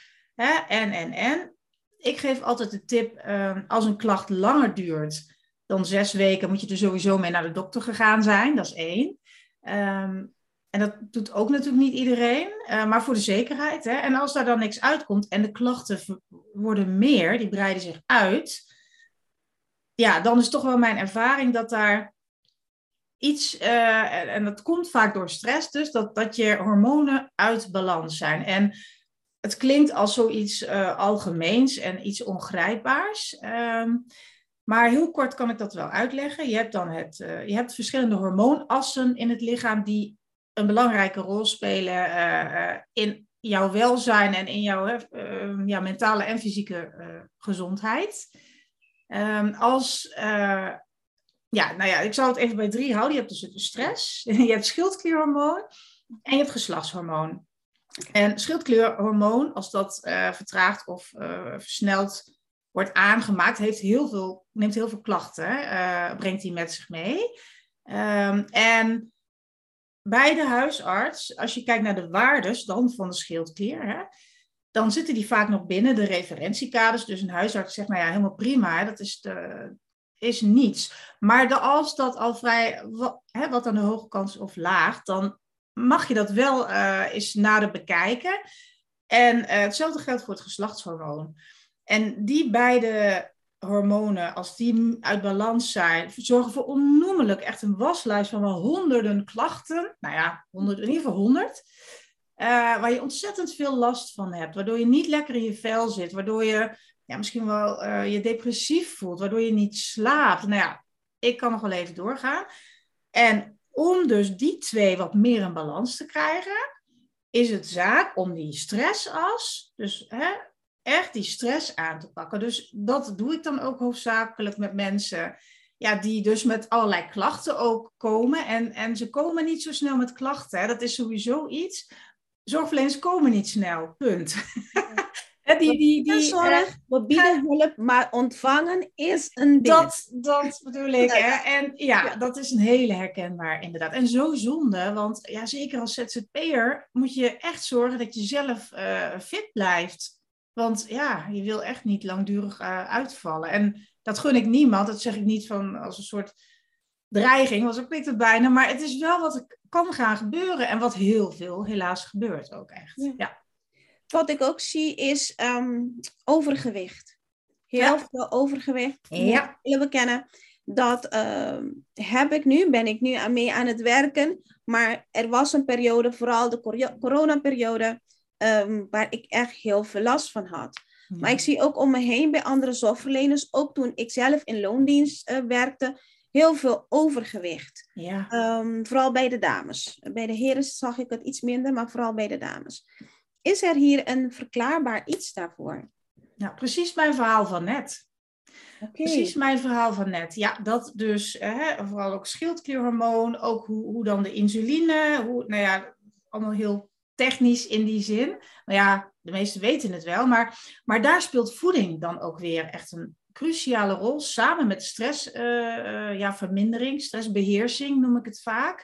en. Ik geef altijd de tip, als een klacht langer duurt dan 6 weken, moet je er sowieso mee naar de dokter gegaan zijn. Dat is 1. En dat doet ook natuurlijk niet iedereen, maar voor de zekerheid. Hè? En als daar dan niks uitkomt en de klachten worden meer, die breiden zich uit. Ja, dan is toch wel mijn ervaring dat daar iets, en dat komt vaak door stress dus, dat je hormonen uit balans zijn. En het klinkt als zoiets algemeens en iets ongrijpbaars. Maar heel kort kan ik dat wel uitleggen. Je hebt dan je hebt verschillende hormoonassen in het lichaam die een belangrijke rol spelen in jouw welzijn en in jouw mentale en fysieke gezondheid. Ik zal het even bij 3 houden. Je hebt dus de stress, je hebt schildklierhormoon en je hebt geslachtshormoon. En schildklierhormoon, als dat vertraagt of versneld wordt aangemaakt, neemt heel veel klachten, brengt hij met zich mee. En bij de huisarts, als je kijkt naar de waardes dan van de schildklier, dan zitten die vaak nog binnen de referentiekaders. Dus een huisarts zegt, helemaal prima, dat is niets. Maar als dat al vrij, wat aan de hoge kant is of laag, dan mag je dat wel eens nader bekijken. En hetzelfde geldt voor het geslachtshormoon. En die beide hormonen, als die uit balans zijn, zorgen voor onnoemelijk echt een waslijst van wel honderden klachten. In ieder geval 100. waar je ontzettend veel last van hebt. Waardoor je niet lekker in je vel zit. Waardoor je misschien wel je depressief voelt. Waardoor je niet slaapt. Nou ja, ik kan nog wel even doorgaan. En om dus die twee wat meer in balans te krijgen, is het zaak om die stressas, dus echt die stress aan te pakken. Dus dat doe ik dan ook hoofdzakelijk met mensen die dus met allerlei klachten ook komen. En ze komen niet zo snel met klachten. Hè. Dat is sowieso iets. Zorgverleners komen niet snel, punt. We bieden hulp, maar ontvangen is een ding. Dat bedoel ik. Hè? En dat is een hele herkenbaar inderdaad. En zo zonde, want zeker als ZZP'er moet je echt zorgen dat je zelf fit blijft. Want je wil echt niet langdurig uitvallen. En dat gun ik niemand. Dat zeg ik niet van als een soort dreiging, want zo klinkt het bijna. Maar het is wel wat er kan gaan gebeuren. En wat heel veel helaas gebeurt ook echt. Ja. Wat ik ook zie is overgewicht. Heel veel overgewicht. Ja. Willen we kennen. Dat ben ik nu mee aan het werken. Maar er was een periode, vooral de coronaperiode, waar ik echt heel veel last van had. Ja. Maar ik zie ook om me heen bij andere zorgverleners, ook toen ik zelf in loondienst werkte, heel veel overgewicht. Ja. Vooral bij de dames. Bij de heren zag ik het iets minder, maar vooral bij de dames. Is er hier een verklaarbaar iets daarvoor? Nou, precies mijn verhaal van net. Okay. Precies mijn verhaal van net. Ja, dat dus, vooral ook schildklierhormoon, ook hoe dan de insuline, allemaal heel technisch in die zin. Maar ja, de meesten weten het wel, maar daar speelt voeding dan ook weer echt een cruciale rol, samen met stressvermindering, stressbeheersing noem ik het vaak.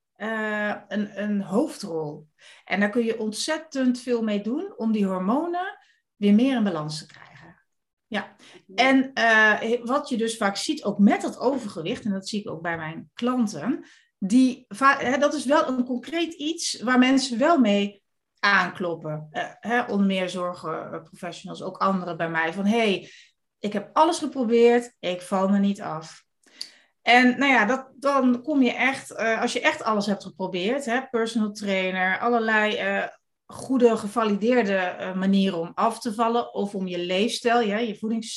Een hoofdrol. En daar kun je ontzettend veel mee doen om die hormonen weer meer in balans te krijgen. Ja. En wat je dus vaak ziet, ook met dat overgewicht, en dat zie ik ook bij mijn klanten, dat is wel een concreet iets waar mensen wel mee aankloppen. Onder meer zorgprofessionals, ook anderen bij mij, van ik heb alles geprobeerd, ik val me niet af. En dan kom je echt, als je echt alles hebt geprobeerd, personal trainer, allerlei goede gevalideerde manieren om af te vallen of om je leefstijl, je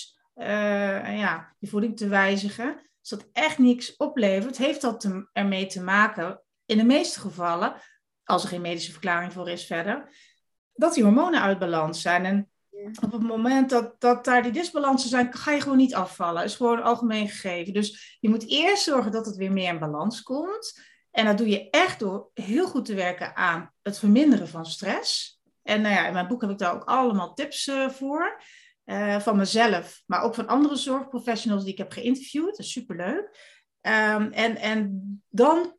voeding te wijzigen. Als dat echt niks oplevert, heeft dat ermee te maken, in de meeste gevallen, als er geen medische verklaring voor is verder, dat die hormonen uit balans zijn. En op het moment dat daar die disbalansen zijn, ga je gewoon niet afvallen. Dat is gewoon algemeen gegeven. Dus je moet eerst zorgen dat het weer meer in balans komt. En dat doe je echt door heel goed te werken aan het verminderen van stress. En in mijn boek heb ik daar ook allemaal tips voor. Van mezelf, maar ook van andere zorgprofessionals die ik heb geïnterviewd. Dat is superleuk. En dan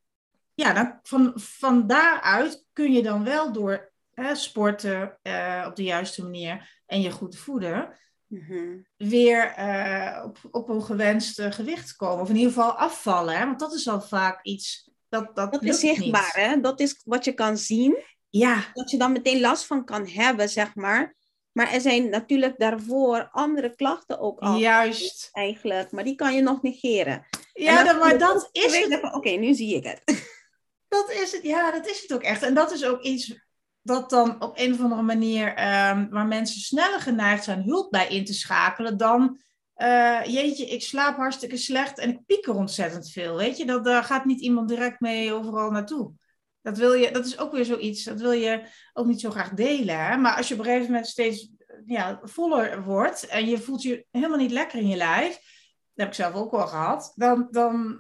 van daaruit kun je dan wel door sporten op de juiste manier en je goed voeden, weer op een gewenst gewicht komen. Of in ieder geval afvallen. Hè? Want dat is al vaak iets dat is zichtbaar. Hè? Dat is wat je kan zien. Ja. Dat je dan meteen last van kan hebben, zeg maar. Maar er zijn natuurlijk daarvoor andere klachten ook al. Juist. Eigenlijk. Maar die kan je nog negeren. Ja, maar dat is het. Oké, nu zie ik het. Dat is het. Ja, dat is het ook echt. En dat is ook iets dat dan op een of andere manier, waar mensen sneller geneigd zijn hulp bij in te schakelen dan, jeetje, ik slaap hartstikke slecht en ik pieker ontzettend veel. Weet je, daar gaat niet iemand direct mee overal naartoe. Dat is ook weer zoiets, dat wil je ook niet zo graag delen. Hè? Maar als je op een gegeven moment steeds voller wordt en je voelt je helemaal niet lekker in je lijf, dat heb ik zelf ook al gehad, dan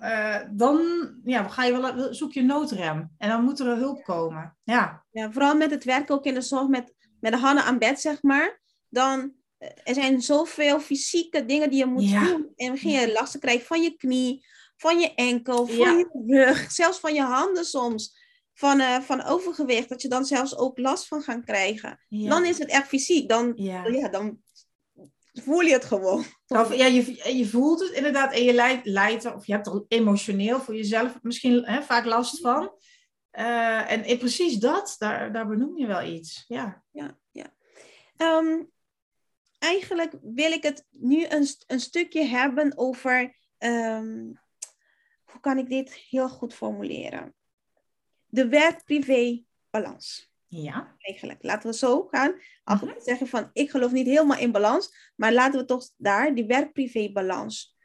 ga je wel, zoek je noodrem. En dan moet er hulp komen. Ja, vooral met het werk ook in de zorg met de handen aan bed, zeg maar. Dan, er zijn zoveel fysieke dingen die je moet doen. En begin je last te krijgen van je knie, van je enkel, van je rug, zelfs van je handen soms. Van overgewicht, dat je dan zelfs ook last van gaat krijgen. Ja. Dan is het echt fysiek. Dan voel je het gewoon. Je voelt het inderdaad en je lijdt er, of je hebt er emotioneel voor jezelf misschien vaak last van. En precies dat, daar benoem je wel iets. Ja. Eigenlijk wil ik het nu een stukje hebben over, hoe kan ik dit heel goed formuleren? De werk-privé balans. Ja. Eigenlijk, laten we zo gaan. Als we zeggen van, ik geloof niet helemaal in balans, maar laten we toch daar, die werk-privé balans.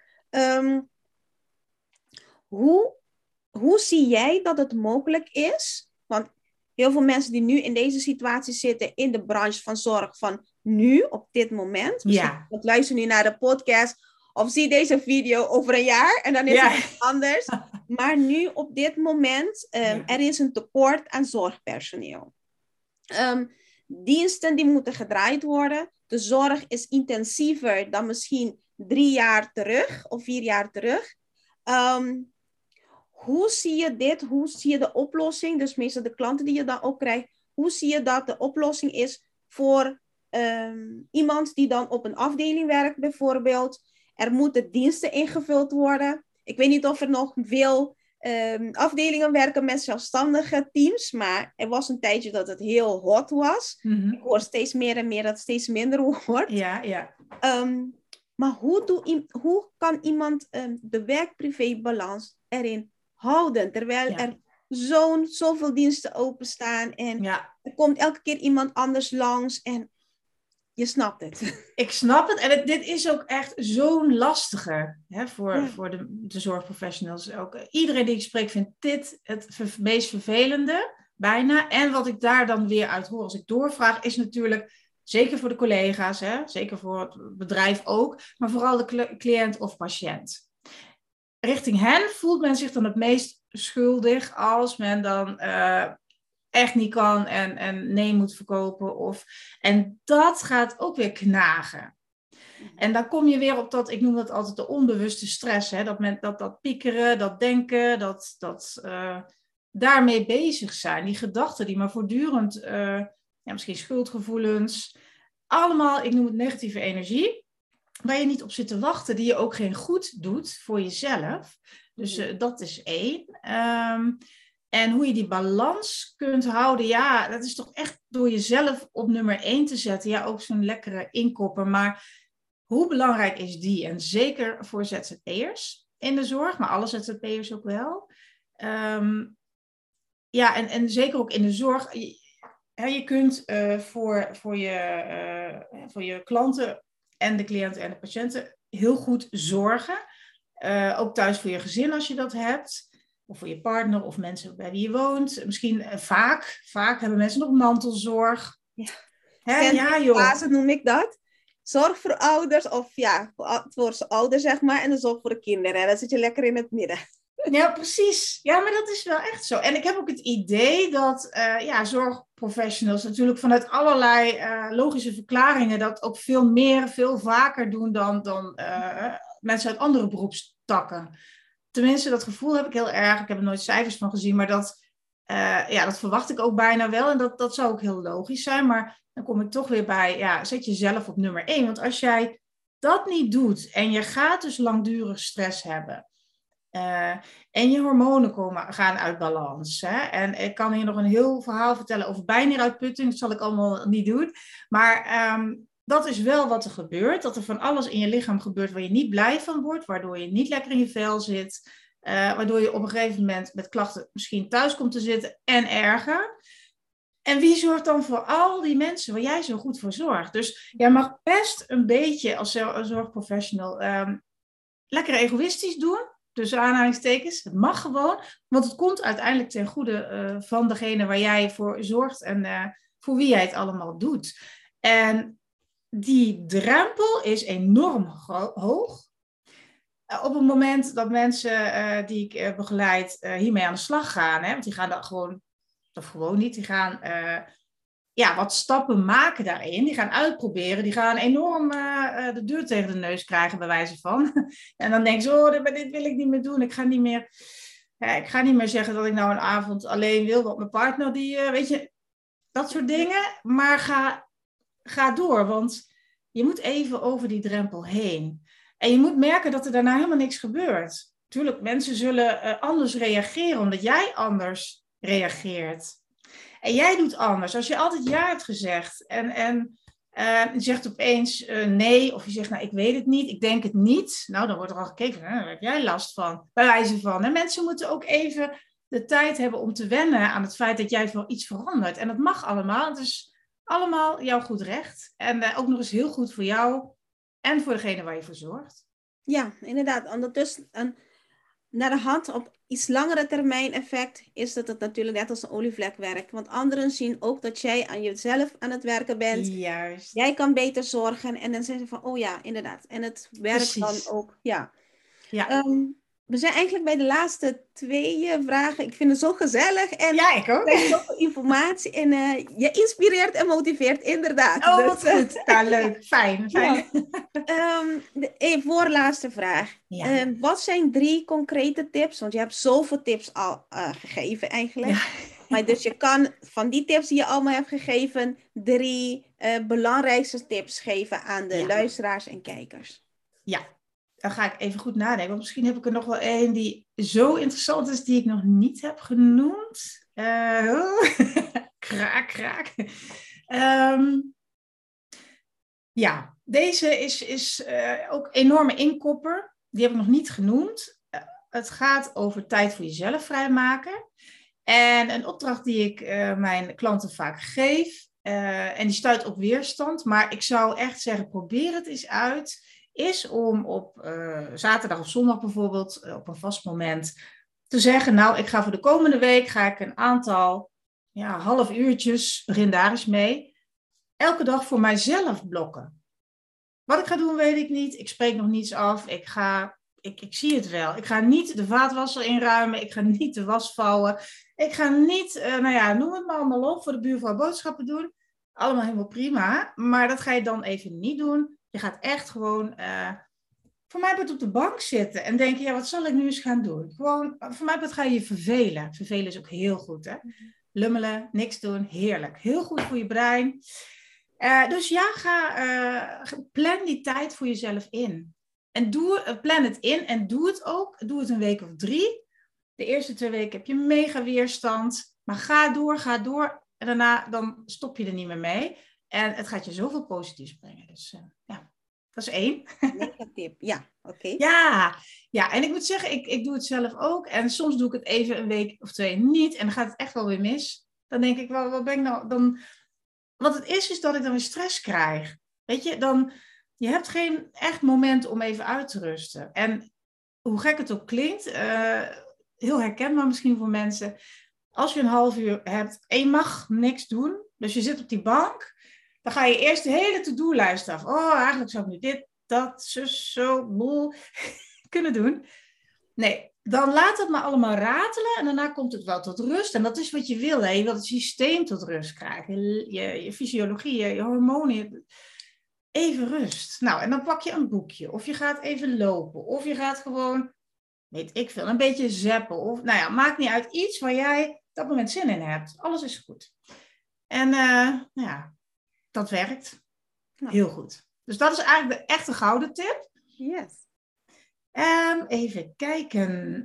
Hoe zie jij dat het mogelijk is? Want heel veel mensen die nu in deze situatie zitten in de branche van zorg van nu, op dit moment. Misschien luister nu naar de podcast of zie deze video over een jaar en dan is het anders. Maar nu op dit moment, er is een tekort aan zorgpersoneel. Diensten die moeten gedraaid worden. De zorg is intensiever dan misschien 3 jaar terug of 4 jaar terug. Hoe zie je dit? Hoe zie je de oplossing? Dus meestal de klanten die je dan ook krijgt. Hoe zie je dat de oplossing is voor iemand die dan op een afdeling werkt bijvoorbeeld? Er moeten diensten ingevuld worden. Ik weet niet of er nog veel afdelingen werken met zelfstandige teams. Maar er was een tijdje dat het heel hot was. Ik hoor steeds meer en meer dat het steeds minder wordt. Ja. Maar hoe kan iemand de werk-privé-balans erin houden? Terwijl er zoveel diensten openstaan. En er komt elke keer iemand anders langs. En je snapt het. Ik snap het. En dit is ook echt zo'n lastige voor de zorgprofessionals. Ook iedereen die ik spreek vindt dit het meest vervelende. Bijna. En wat ik daar dan weer uit hoor als ik doorvraag is natuurlijk... Zeker voor de collega's, zeker voor het bedrijf ook. Maar vooral de cliënt of patiënt. Richting hen voelt men zich dan het meest schuldig als men dan echt niet kan en nee moet verkopen. En dat gaat ook weer knagen. En dan kom je weer op dat, ik noem dat altijd de onbewuste stress. Dat piekeren, dat denken, dat daarmee bezig zijn. Die gedachten die maar voortdurend, misschien schuldgevoelens. Allemaal, ik noem het negatieve energie. Waar je niet op zit te wachten, die je ook geen goed doet voor jezelf. Dus dat is 1. En hoe je die balans kunt houden, dat is toch echt door jezelf op nummer 1 te zetten. Ja, ook zo'n lekkere inkopper. Maar hoe belangrijk is die? En zeker voor ZZP'ers in de zorg, maar alle ZZP'ers ook wel. En zeker ook in de zorg. Je kunt voor je klanten en de cliënten en de patiënten heel goed zorgen. Ook thuis voor je gezin als je dat hebt. Of voor je partner of mensen bij wie je woont. Misschien vaak hebben mensen nog mantelzorg. Fase noem ik dat. Zorg voor ouders of voor ouders zeg maar. En de zorg voor de kinderen. Dan zit je lekker in het midden. Ja, precies. Ja, maar dat is wel echt zo. En ik heb ook het idee dat zorgprofessionals natuurlijk vanuit allerlei logische verklaringen dat ook veel vaker doen dan mensen uit andere beroepstakken. Tenminste, dat gevoel heb ik heel erg. Ik heb er nooit cijfers van gezien, maar dat verwacht ik ook bijna wel. En dat zou ook heel logisch zijn. Maar dan kom ik toch weer bij, zet jezelf op nummer 1. Want als jij dat niet doet en je gaat dus langdurig stress hebben... en je hormonen gaan uit balans. En ik kan hier nog een heel verhaal vertellen over bijnieruitputting. Dat zal ik allemaal niet doen. Maar dat is wel wat er gebeurt. Dat er van alles in je lichaam gebeurt waar je niet blij van wordt. Waardoor je niet lekker in je vel zit. Waardoor je op een gegeven moment met klachten misschien thuis komt te zitten en erger. En wie zorgt dan voor al die mensen waar jij zo goed voor zorgt? Dus jij mag best een beetje als zorgprofessional lekker egoïstisch doen. Tussen aanhalingstekens. Het mag gewoon, want het komt uiteindelijk ten goede van degene waar jij voor zorgt en voor wie jij het allemaal doet. En die drempel is enorm hoog. Op het moment dat mensen die ik begeleid hiermee aan de slag gaan, want die gaan dat gewoon niet, die gaan wat stappen maken daarin. Die gaan uitproberen. Die gaan enorm de deur tegen de neus krijgen, bij wijze van. En dan denken ze, dit wil ik niet meer doen. Ik ga niet meer zeggen dat ik nou een avond alleen wil. Want mijn partner, dat soort dingen. Maar ga door, want je moet even over die drempel heen. En je moet merken dat er daarna helemaal niks gebeurt. Tuurlijk, mensen zullen anders reageren, omdat jij anders reageert. En jij doet anders. Als je altijd ja hebt gezegd en je zegt opeens nee, of je zegt, nou, ik weet het niet, ik denk het niet. Nou, dan wordt er al gekeken, daar heb jij last van, bij wijze van. En mensen moeten ook even de tijd hebben om te wennen aan het feit dat jij wel iets verandert. En dat mag allemaal. Het is allemaal jouw goed recht. En ook nog eens heel goed voor jou en voor degene waar je voor zorgt. Ja, inderdaad. Ondertussen, naar de hand op iets langere termijn effect is dat het natuurlijk net als een olievlek werkt. Want anderen zien ook dat jij aan jezelf aan het werken bent. Juist. Jij kan beter zorgen. En dan zeggen ze van, oh ja, inderdaad. En het werkt Precies. dan ook. Ja. Ja. We zijn eigenlijk bij de laatste 2 vragen. Ik vind het zo gezellig. En Ja, ik ook. er is zoveel informatie. En je inspireert en motiveert, inderdaad. Oh, Dus, wat goed. Nou, leuk. Fijn. ja. De voorlaatste vraag. Ja. Wat zijn 3 concrete tips? Want je hebt zoveel tips al gegeven eigenlijk. Ja. Maar dus je kan van die tips die je allemaal hebt gegeven, 3 belangrijkste tips geven aan de luisteraars en kijkers. Ja, dan ga ik even goed nadenken. Want misschien heb ik er nog wel één die zo interessant is, die ik nog niet heb genoemd. Kraak, kraak. Ja, deze is ook een enorme inkopper. Die heb ik nog niet genoemd. Het gaat over tijd voor jezelf vrijmaken. En een opdracht die ik mijn klanten vaak geef. En die stuit op weerstand. Maar ik zou echt zeggen, probeer het eens uit. Is om op zaterdag of zondag bijvoorbeeld, op een vast moment, te zeggen, nou, ik ga voor de komende week, ga ik een aantal half uurtjes, begin daar eens mee, elke dag voor mijzelf blokken. Wat ik ga doen, weet ik niet. Ik spreek nog niets af. Ik zie het wel. Ik ga niet de vaatwasser inruimen. Ik ga niet de was vouwen. Ik ga niet, noem het maar allemaal op, voor de buurvrouw boodschappen doen. Allemaal helemaal prima. Maar dat ga je dan even niet doen. Je gaat echt gewoon, voor mij op de bank zitten en denken, wat zal ik nu eens gaan doen? Gewoon, voor mij ga je vervelen. Vervelen is ook heel goed, hè? Lummelen, niks doen, heerlijk. Heel goed voor je brein. Dus plan die tijd voor jezelf in. En plan het in en doe het ook. Doe het een week of 3. De eerste 2 weken heb je mega weerstand. Maar ga door. En daarna dan stop je er niet meer mee. En het gaat je zoveel positiefs brengen. Dus dat is 1. Mega tip, ja, oké. Ja, en ik moet zeggen, ik doe het zelf ook. En soms doe ik het even een week of 2 niet. En dan gaat het echt wel weer mis. Dan denk ik, wat ben ik nou... Wat het is dat ik dan weer stress krijg. Weet je, je hebt geen echt moment om even uit te rusten. En hoe gek het ook klinkt, heel herkenbaar misschien voor mensen. Als je een half uur hebt en je mag niks doen, dus je zit op die bank, dan ga je eerst de hele to-do-lijst af. Oh, eigenlijk zou ik nu dit, dat, zo, boel kunnen doen. Nee, dan laat het maar allemaal ratelen en daarna komt het wel tot rust. En dat is wat je wil, hè? Je wil het systeem tot rust krijgen. Je fysiologie, je hormonen. Even rust. Nou, en dan pak je een boekje. Of je gaat even lopen. Of je gaat gewoon, weet ik veel, een beetje zappen. Of, maakt niet uit. Iets waar jij op dat moment zin in hebt. Alles is goed. En dat werkt. Heel goed. Dus dat is eigenlijk de echte gouden tip. Yes. Even kijken.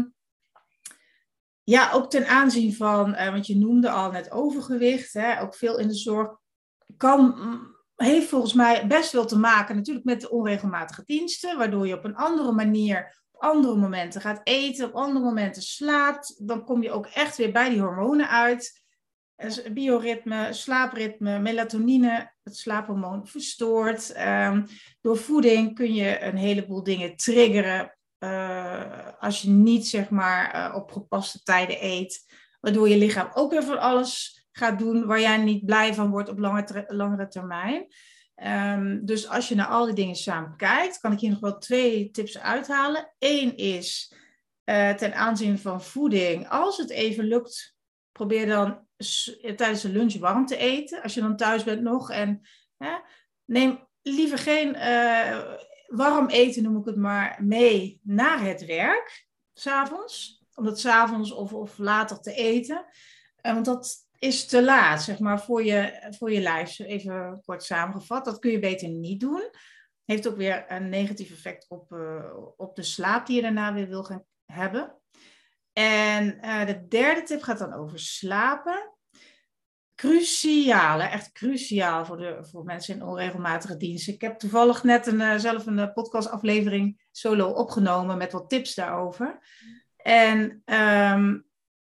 Ook ten aanzien van, want je noemde al net overgewicht, hè, ook veel in de zorg, heeft volgens mij best wel te maken natuurlijk met de onregelmatige diensten, waardoor je op een andere manier, op andere momenten gaat eten, op andere momenten slaapt. Dan kom je ook echt weer bij die hormonen uit. Dus bioritme, slaapritme, melatonine, het slaaphormoon verstoort. Door voeding kun je een heleboel dingen triggeren als je niet op gepaste tijden eet. Waardoor je lichaam ook weer van alles gaat doen waar jij niet blij van wordt op langere termijn. Dus als je naar al die dingen samen kijkt, kan ik hier nog wel 2 tips uithalen. 1 is ten aanzien van voeding. Als het even lukt, probeer dan tijdens de lunch warm te eten. Als je dan thuis bent nog. En neem liever geen warm eten, noem ik het maar, mee naar het werk. 's Avonds. Om dat 's avonds of later te eten. Want dat is te laat, voor je lijf. Even kort samengevat. Dat kun je beter niet doen. Heeft ook weer een negatief effect op de slaap die je daarna weer wil gaan hebben. En de 3e tip gaat dan over slapen. Cruciaal, echt cruciaal voor mensen in onregelmatige diensten. Ik heb toevallig net zelf een podcastaflevering solo opgenomen met wat tips daarover. En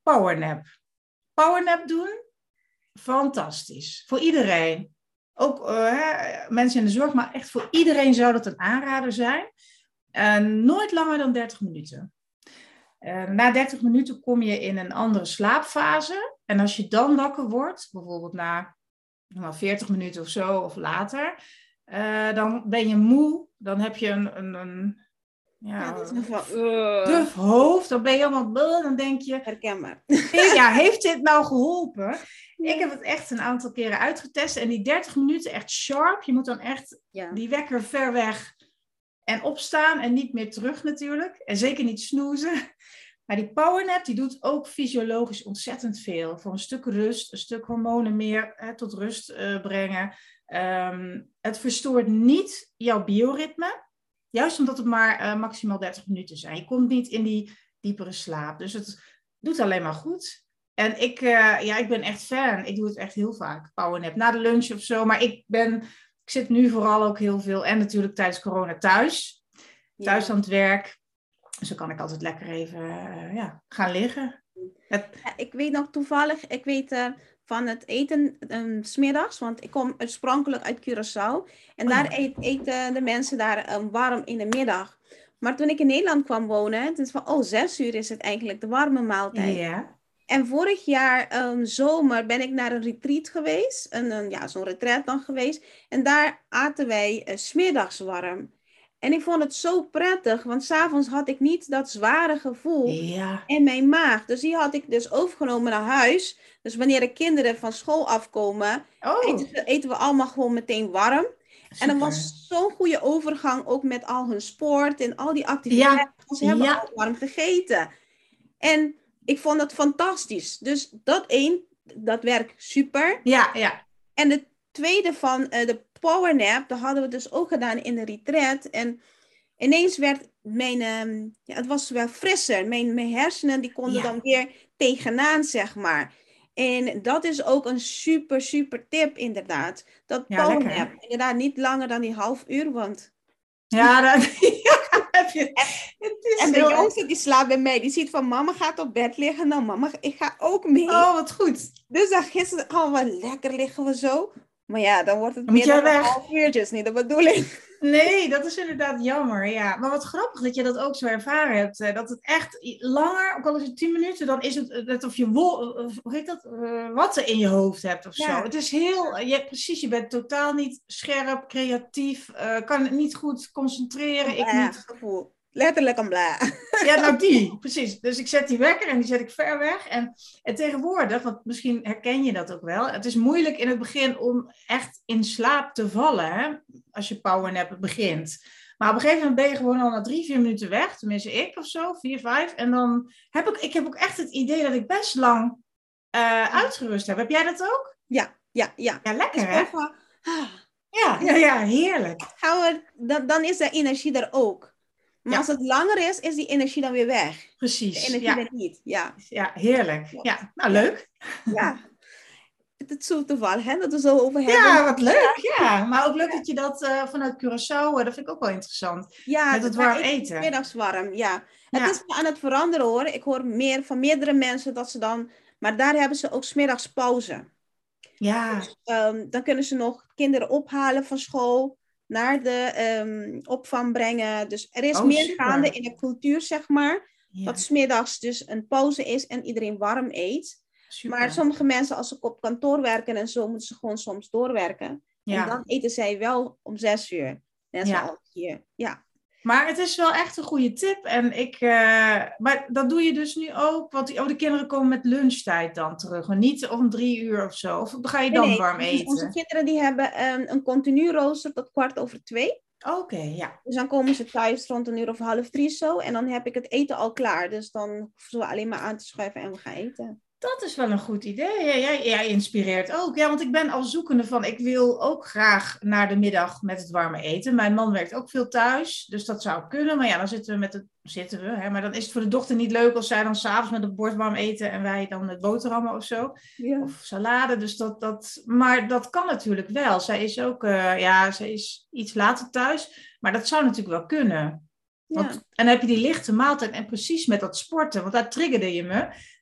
powernap. Powernap doen, fantastisch. Voor iedereen. Ook mensen in de zorg, maar echt voor iedereen zou dat een aanrader zijn. Nooit langer dan 30 minuten. Na 30 minuten kom je in een andere slaapfase. En als je dan wakker wordt, bijvoorbeeld na 40 minuten of zo of later, dan ben je moe. Dan heb je een duf hoofd. Dan ben je allemaal, dan denk je... Herkenbaar. Heeft dit nou geholpen? Ik heb het echt een aantal keren uitgetest. En die 30 minuten echt sharp. Je moet dan echt die wekker ver weg en opstaan. En niet meer terug natuurlijk. En zeker niet snoezen. Maar die powernap die doet ook fysiologisch ontzettend veel. Voor een stuk rust, een stuk hormonen meer tot rust brengen. Het verstoort niet jouw bioritme. Juist omdat het maar maximaal 30 minuten zijn. Je komt niet in die diepere slaap. Dus het doet alleen maar goed. En ik ben echt fan. Ik doe het echt heel vaak. Powernap na de lunch of zo. Maar ik zit nu vooral ook heel veel. En natuurlijk tijdens corona thuis. Thuis aan het werk. Dus dan kan ik altijd lekker even gaan liggen. Ik weet nog toevallig, van het eten 's middags, want ik kom oorspronkelijk uit Curaçao. En daar eten de mensen daar warm in de middag. Maar toen ik in Nederland kwam wonen, toen van 6 uur is het eigenlijk de warme maaltijd. Ja. En vorig jaar zomer ben ik naar een retreat geweest, zo'n retreat dan geweest. En daar aten wij 's middags warm. En ik vond het zo prettig, want 's avonds had ik niet dat zware gevoel in mijn maag. Dus die had ik dus overgenomen naar huis. Dus wanneer de kinderen van school afkomen, eten we allemaal gewoon meteen warm. Super. En dat was zo'n goede overgang, ook met al hun sport en al die activiteiten. Ze hebben al warm gegeten. En ik vond het fantastisch. Dus dat werkt super. Ja. En de tweede van de powernap, dat hadden we dus ook gedaan in de retreat. En ineens werd het was wel frisser. Mijn hersenen die konden dan weer tegenaan, zeg maar. En dat is ook een super, super tip inderdaad. Dat powernap, inderdaad niet langer dan die half uur, want... Heb je... En de jongste die slaapt bij mij, die ziet van mama gaat op bed liggen. Nou mama, ik ga ook mee. Oh, wat goed. Dus dan gisteren, lekker liggen we zo. Maar ja, dan wordt het meer dan een half uurtjes, niet de bedoeling. Nee, dat is inderdaad jammer, ja. Maar wat grappig dat je dat ook zo ervaren hebt. Dat het echt langer, ook al is het 10 minuten, dan is het net of je watten in je hoofd hebt of zo. Het is precies, je bent totaal niet scherp, creatief, kan het niet goed concentreren. Ik niet. Gevoel. Letterlijk een bla. Ja, nou die, precies. Dus ik zet die wekker en die zet ik ver weg. En tegenwoordig, want misschien herken je dat ook wel. Het is moeilijk in het begin om echt in slaap te vallen, hè? Als je powernap begint. Maar op een gegeven moment ben je gewoon al na 3-4 minuten weg. Tenminste ik of zo, 4, 5. En dan heb ik heb ook echt het idee dat ik best lang uitgerust heb. Heb jij dat ook? Ja. Ja, lekker hè? Ja, heerlijk. Dan is de energie er ook. Maar als het langer is die energie dan weer weg. Precies. De energie er niet. Ja, heerlijk. Ja, nou leuk. Ja. Het is zo toevallig, hè, dat we zo over hebben. Ja, wat leuk. Ja, maar ook leuk dat je dat vanuit Curaçao, dat vind ik ook wel interessant. Ja, met het warm eten. Middags warm, ja. Het is aan het veranderen hoor. Ik hoor meer van meerdere mensen dat ze dan... Maar daar hebben ze ook 's middags pauze. Ja. Dus, dan kunnen ze nog kinderen ophalen van school, naar de opvang brengen. Dus er is meer gaande in de cultuur, zeg maar. Ja. Dat 's middags dus een pauze is en iedereen warm eet. Super. Maar sommige mensen, als ze op kantoor werken en zo, moeten ze gewoon soms doorwerken. Ja. En dan eten zij wel om 6 uur. Net zoals hier. Ja. Maar het is wel echt een goede tip. En maar dat doe je dus nu ook. Want de kinderen komen met lunchtijd dan terug. Maar niet om 3 uur of zo. Of ga je dan warm eten? Onze kinderen die hebben een continu rooster tot 2:15. Oké, ja. Dus dan komen ze thuis rond 2:30 zo. En dan heb ik het eten al klaar. Dus dan hoeven we alleen maar aan te schuiven en we gaan eten. Dat is wel een goed idee. Jij inspireert ook. Ja, want ik ben al zoekende van... Ik wil ook graag naar de middag met het warme eten. Mijn man werkt ook veel thuis. Dus dat zou kunnen. Maar ja, dan zitten we. Hè? Maar dan is het voor de dochter niet leuk... als zij dan 's avonds met een bord warm eten... en wij dan met boterhammen of zo. Ja. Of salade. Dus maar dat kan natuurlijk wel. Zij is ook... zij is iets later thuis. Maar dat zou natuurlijk wel kunnen. En dan heb je die lichte maaltijd. En precies met dat sporten. Want daar triggerde je me...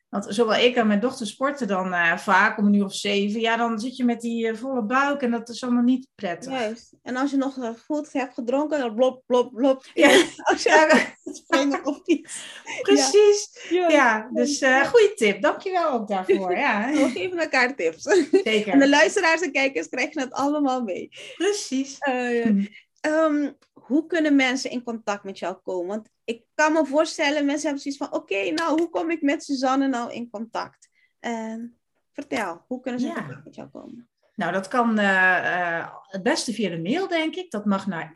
Want zowel ik en mijn dochter sporten dan vaak om 7:00. Ja, dan zit je met die volle buik en dat is allemaal niet prettig. Juist. En als je nog goed hebt gedronken, dan blop, blop, blop. Ja, Als je springen of iets. precies. Ja, Dus goede tip. Dankjewel ook daarvoor. Ja. We geven elkaar tips. Zeker. En de luisteraars en kijkers krijgen het allemaal mee. Precies. Hoe kunnen mensen in contact met jou komen? Want ik kan me voorstellen, mensen hebben zoiets van... Oké, nou, hoe kom ik met Suzanne nou in contact? Vertel, hoe kunnen ze in contact met jou komen? Nou, dat kan het beste via de mail, denk ik. Dat mag naar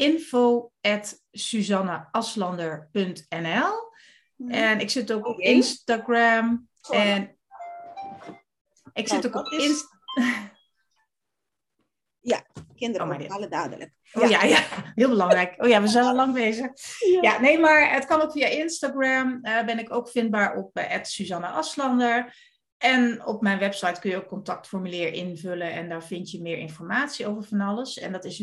info@suzanneaslander.nl. En ik zit ook op Instagram. En ik zit ook op Instagram. Ja, kinderen alle dadelijk. Ja, heel belangrijk. We zijn al lang bezig. Ja, nee, maar het kan ook via Instagram. Ben ik ook vindbaar op @SuzanneAslander. En op mijn website kun je ook contactformulier invullen. En daar vind je meer informatie over van alles. En dat is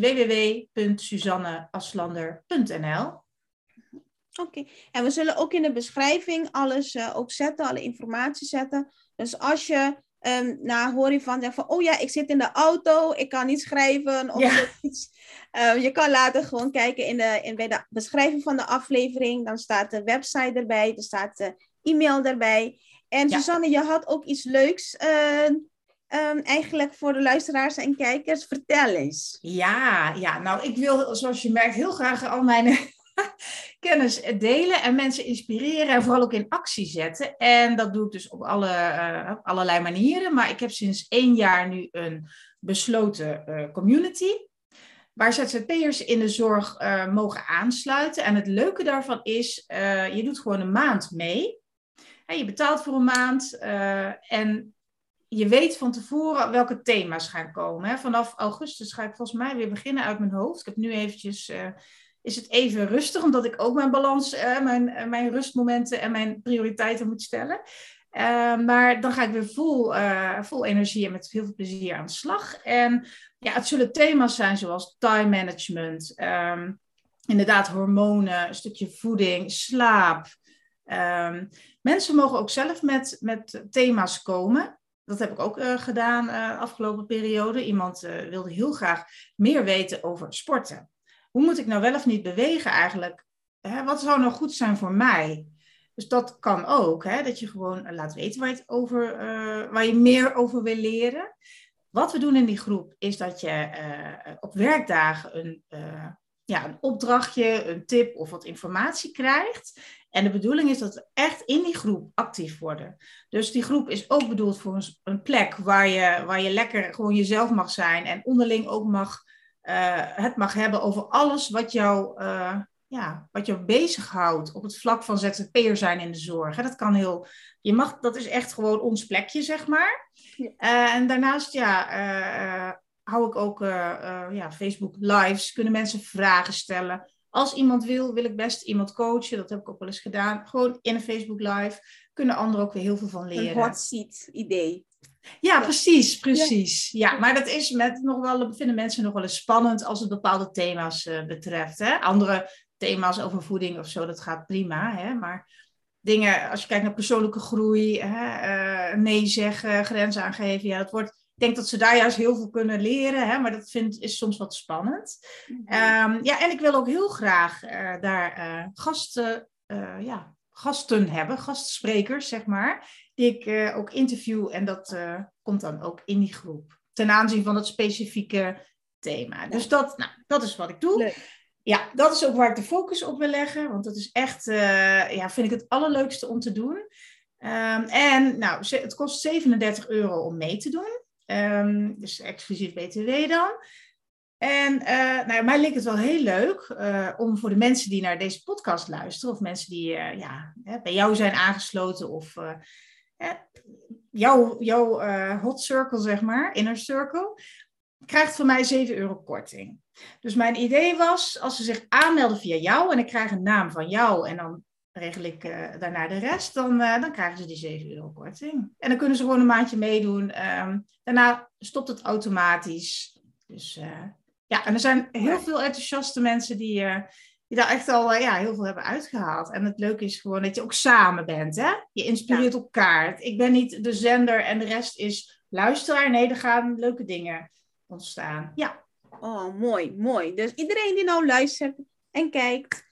www.suzanneaslander.nl. Oké. En we zullen ook in de beschrijving alles ook zetten, alle informatie zetten. Dus als je hoor je van, ik zit in de auto, ik kan niet schrijven of zoiets. Je kan later gewoon kijken bij de beschrijving van de aflevering. Dan staat de website erbij, er staat de e-mail erbij. En Suzanne, je had ook iets leuks eigenlijk voor de luisteraars en kijkers. Vertel eens. Ja, nou ik wil, zoals je merkt, heel graag al mijn kennis delen en mensen inspireren en vooral ook in actie zetten. En dat doe ik dus op allerlei manieren. Maar ik heb sinds 1 jaar nu een besloten community, waar ZZP'ers in de zorg mogen aansluiten. En het leuke daarvan is, je doet gewoon een maand mee. Je betaalt voor een maand en je weet van tevoren welke thema's gaan komen. Vanaf augustus ga ik volgens mij weer beginnen uit mijn hoofd. Ik heb nu eventjes... is het even rustig, omdat ik ook mijn balans, mijn rustmomenten en mijn prioriteiten moet stellen. Maar dan ga ik weer vol energie en met heel veel plezier aan de slag. En het zullen thema's zijn zoals time management, inderdaad hormonen, een stukje voeding, slaap. Mensen mogen ook zelf met thema's komen. Dat heb ik ook gedaan de afgelopen periode. Iemand wilde heel graag meer weten over sporten. Hoe moet ik nou wel of niet bewegen eigenlijk? Wat zou nou goed zijn voor mij? Dus dat kan ook. Dat je gewoon laat weten waar je meer over wil leren. Wat we doen in die groep is dat je op werkdagen een opdrachtje, een tip of wat informatie krijgt. En de bedoeling is dat we echt in die groep actief worden. Dus die groep is ook bedoeld voor een plek waar je lekker gewoon jezelf mag zijn. En onderling ook het mag hebben over alles wat jou bezighoudt op het vlak van ZZP'er zijn in de zorg. Dat kan dat is echt gewoon ons plekje, zeg maar. Ja. En daarnaast, hou ik ook Facebook lives. Kunnen mensen vragen stellen. Als iemand wil ik best iemand coachen. Dat heb ik ook wel eens gedaan. Gewoon in een Facebook live. Kunnen anderen ook weer heel veel van leren. Een hot seat idee. Ja, precies. Ja, maar dat is vinden mensen nog wel eens spannend als het bepaalde thema's betreft. Andere thema's over voeding of zo, dat gaat prima. Maar dingen, als je kijkt naar persoonlijke groei, nee zeggen, grenzen aangeven, ik denk dat ze daar juist heel veel kunnen leren, maar dat is soms wat spannend. Mm-hmm. En ik wil ook heel graag daar gasten hebben, gastsprekers, zeg maar, die ik ook interview en dat komt dan ook in die groep. Ten aanzien van het specifieke thema. Dus dat is wat ik doe. Leuk. Ja, dat is ook waar ik de focus op wil leggen, want dat is echt, vind ik het allerleukste om te doen. Het kost €37 om mee te doen. Dus exclusief BTW dan. En mij leek het wel heel leuk om voor de mensen die naar deze podcast luisteren, of mensen die bij jou zijn aangesloten, of jouw hot circle, zeg maar, inner circle, krijgt van mij €7 korting. Dus mijn idee was, als ze zich aanmelden via jou en ik krijg een naam van jou en dan regel ik daarna de rest, dan krijgen ze die €7 korting. En dan kunnen ze gewoon een maandje meedoen. Daarna stopt het automatisch. Dus en er zijn heel veel enthousiaste mensen die die daar echt al heel veel hebben uitgehaald. En het leuke is gewoon dat je ook samen bent. Hè? Je inspireert elkaar. Ik ben niet de zender en de rest is luisteraar. Nee, er gaan leuke dingen ontstaan. Ja. Oh, mooi, mooi. Dus iedereen die nou luistert en kijkt,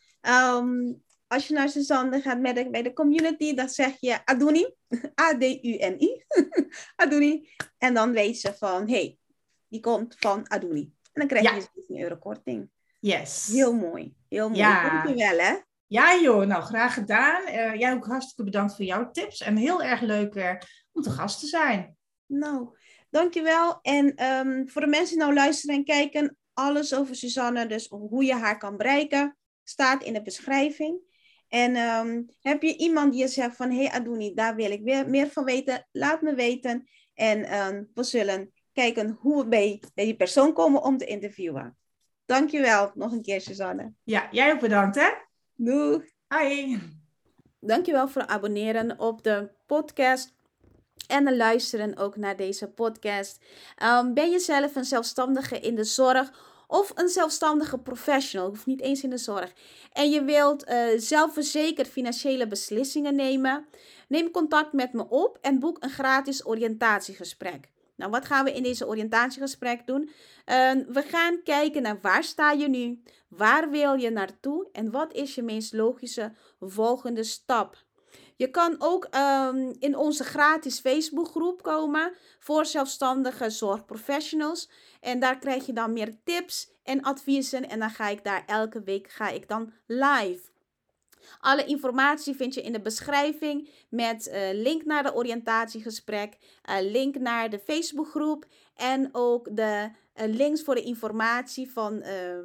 als je naar Suzanne gaat bij de community, dan zeg je Aduni, A-D-U-N-I, Aduni. En dan weet ze van, die komt van Aduni. En dan krijg je dus €16 korting. Yes. Heel mooi, heel mooi. Ja. Dankjewel, hè? Ja joh, nou graag gedaan. Jij ook hartstikke bedankt voor jouw tips. En heel erg leuk om te gast te zijn. Nou, dankjewel. En voor de mensen die nou luisteren en kijken, alles over Suzanne, dus hoe je haar kan bereiken, staat in de beschrijving. En heb je iemand die je zegt van, hey Aduni, daar wil ik meer van weten, laat me weten. En we zullen kijken hoe we bij die persoon komen om te interviewen. Dankjewel nog een keer, Suzanne. Ja, jij ook bedankt, hè? Doeg. Hoi. Dankjewel voor het abonneren op de podcast. En luisteren ook naar deze podcast. Ben je zelf een zelfstandige in de zorg of een zelfstandige professional? Hoeft niet eens in de zorg. En je wilt zelfverzekerd financiële beslissingen nemen? Neem contact met me op en boek een gratis oriëntatiegesprek. Nou, wat gaan we in deze oriëntatiegesprek doen? We gaan kijken naar waar sta je nu? Waar wil je naartoe? En wat is je meest logische volgende stap? Je kan ook in onze gratis Facebookgroep komen voor zelfstandige zorgprofessionals. En daar krijg je dan meer tips en adviezen. En dan ga ik daar elke week live. Alle informatie vind je in de beschrijving met link naar de oriëntatiegesprek, link naar de Facebookgroep en ook de links voor de informatie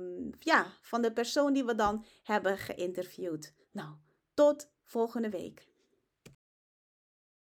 van de persoon die we dan hebben geïnterviewd. Nou, tot volgende week.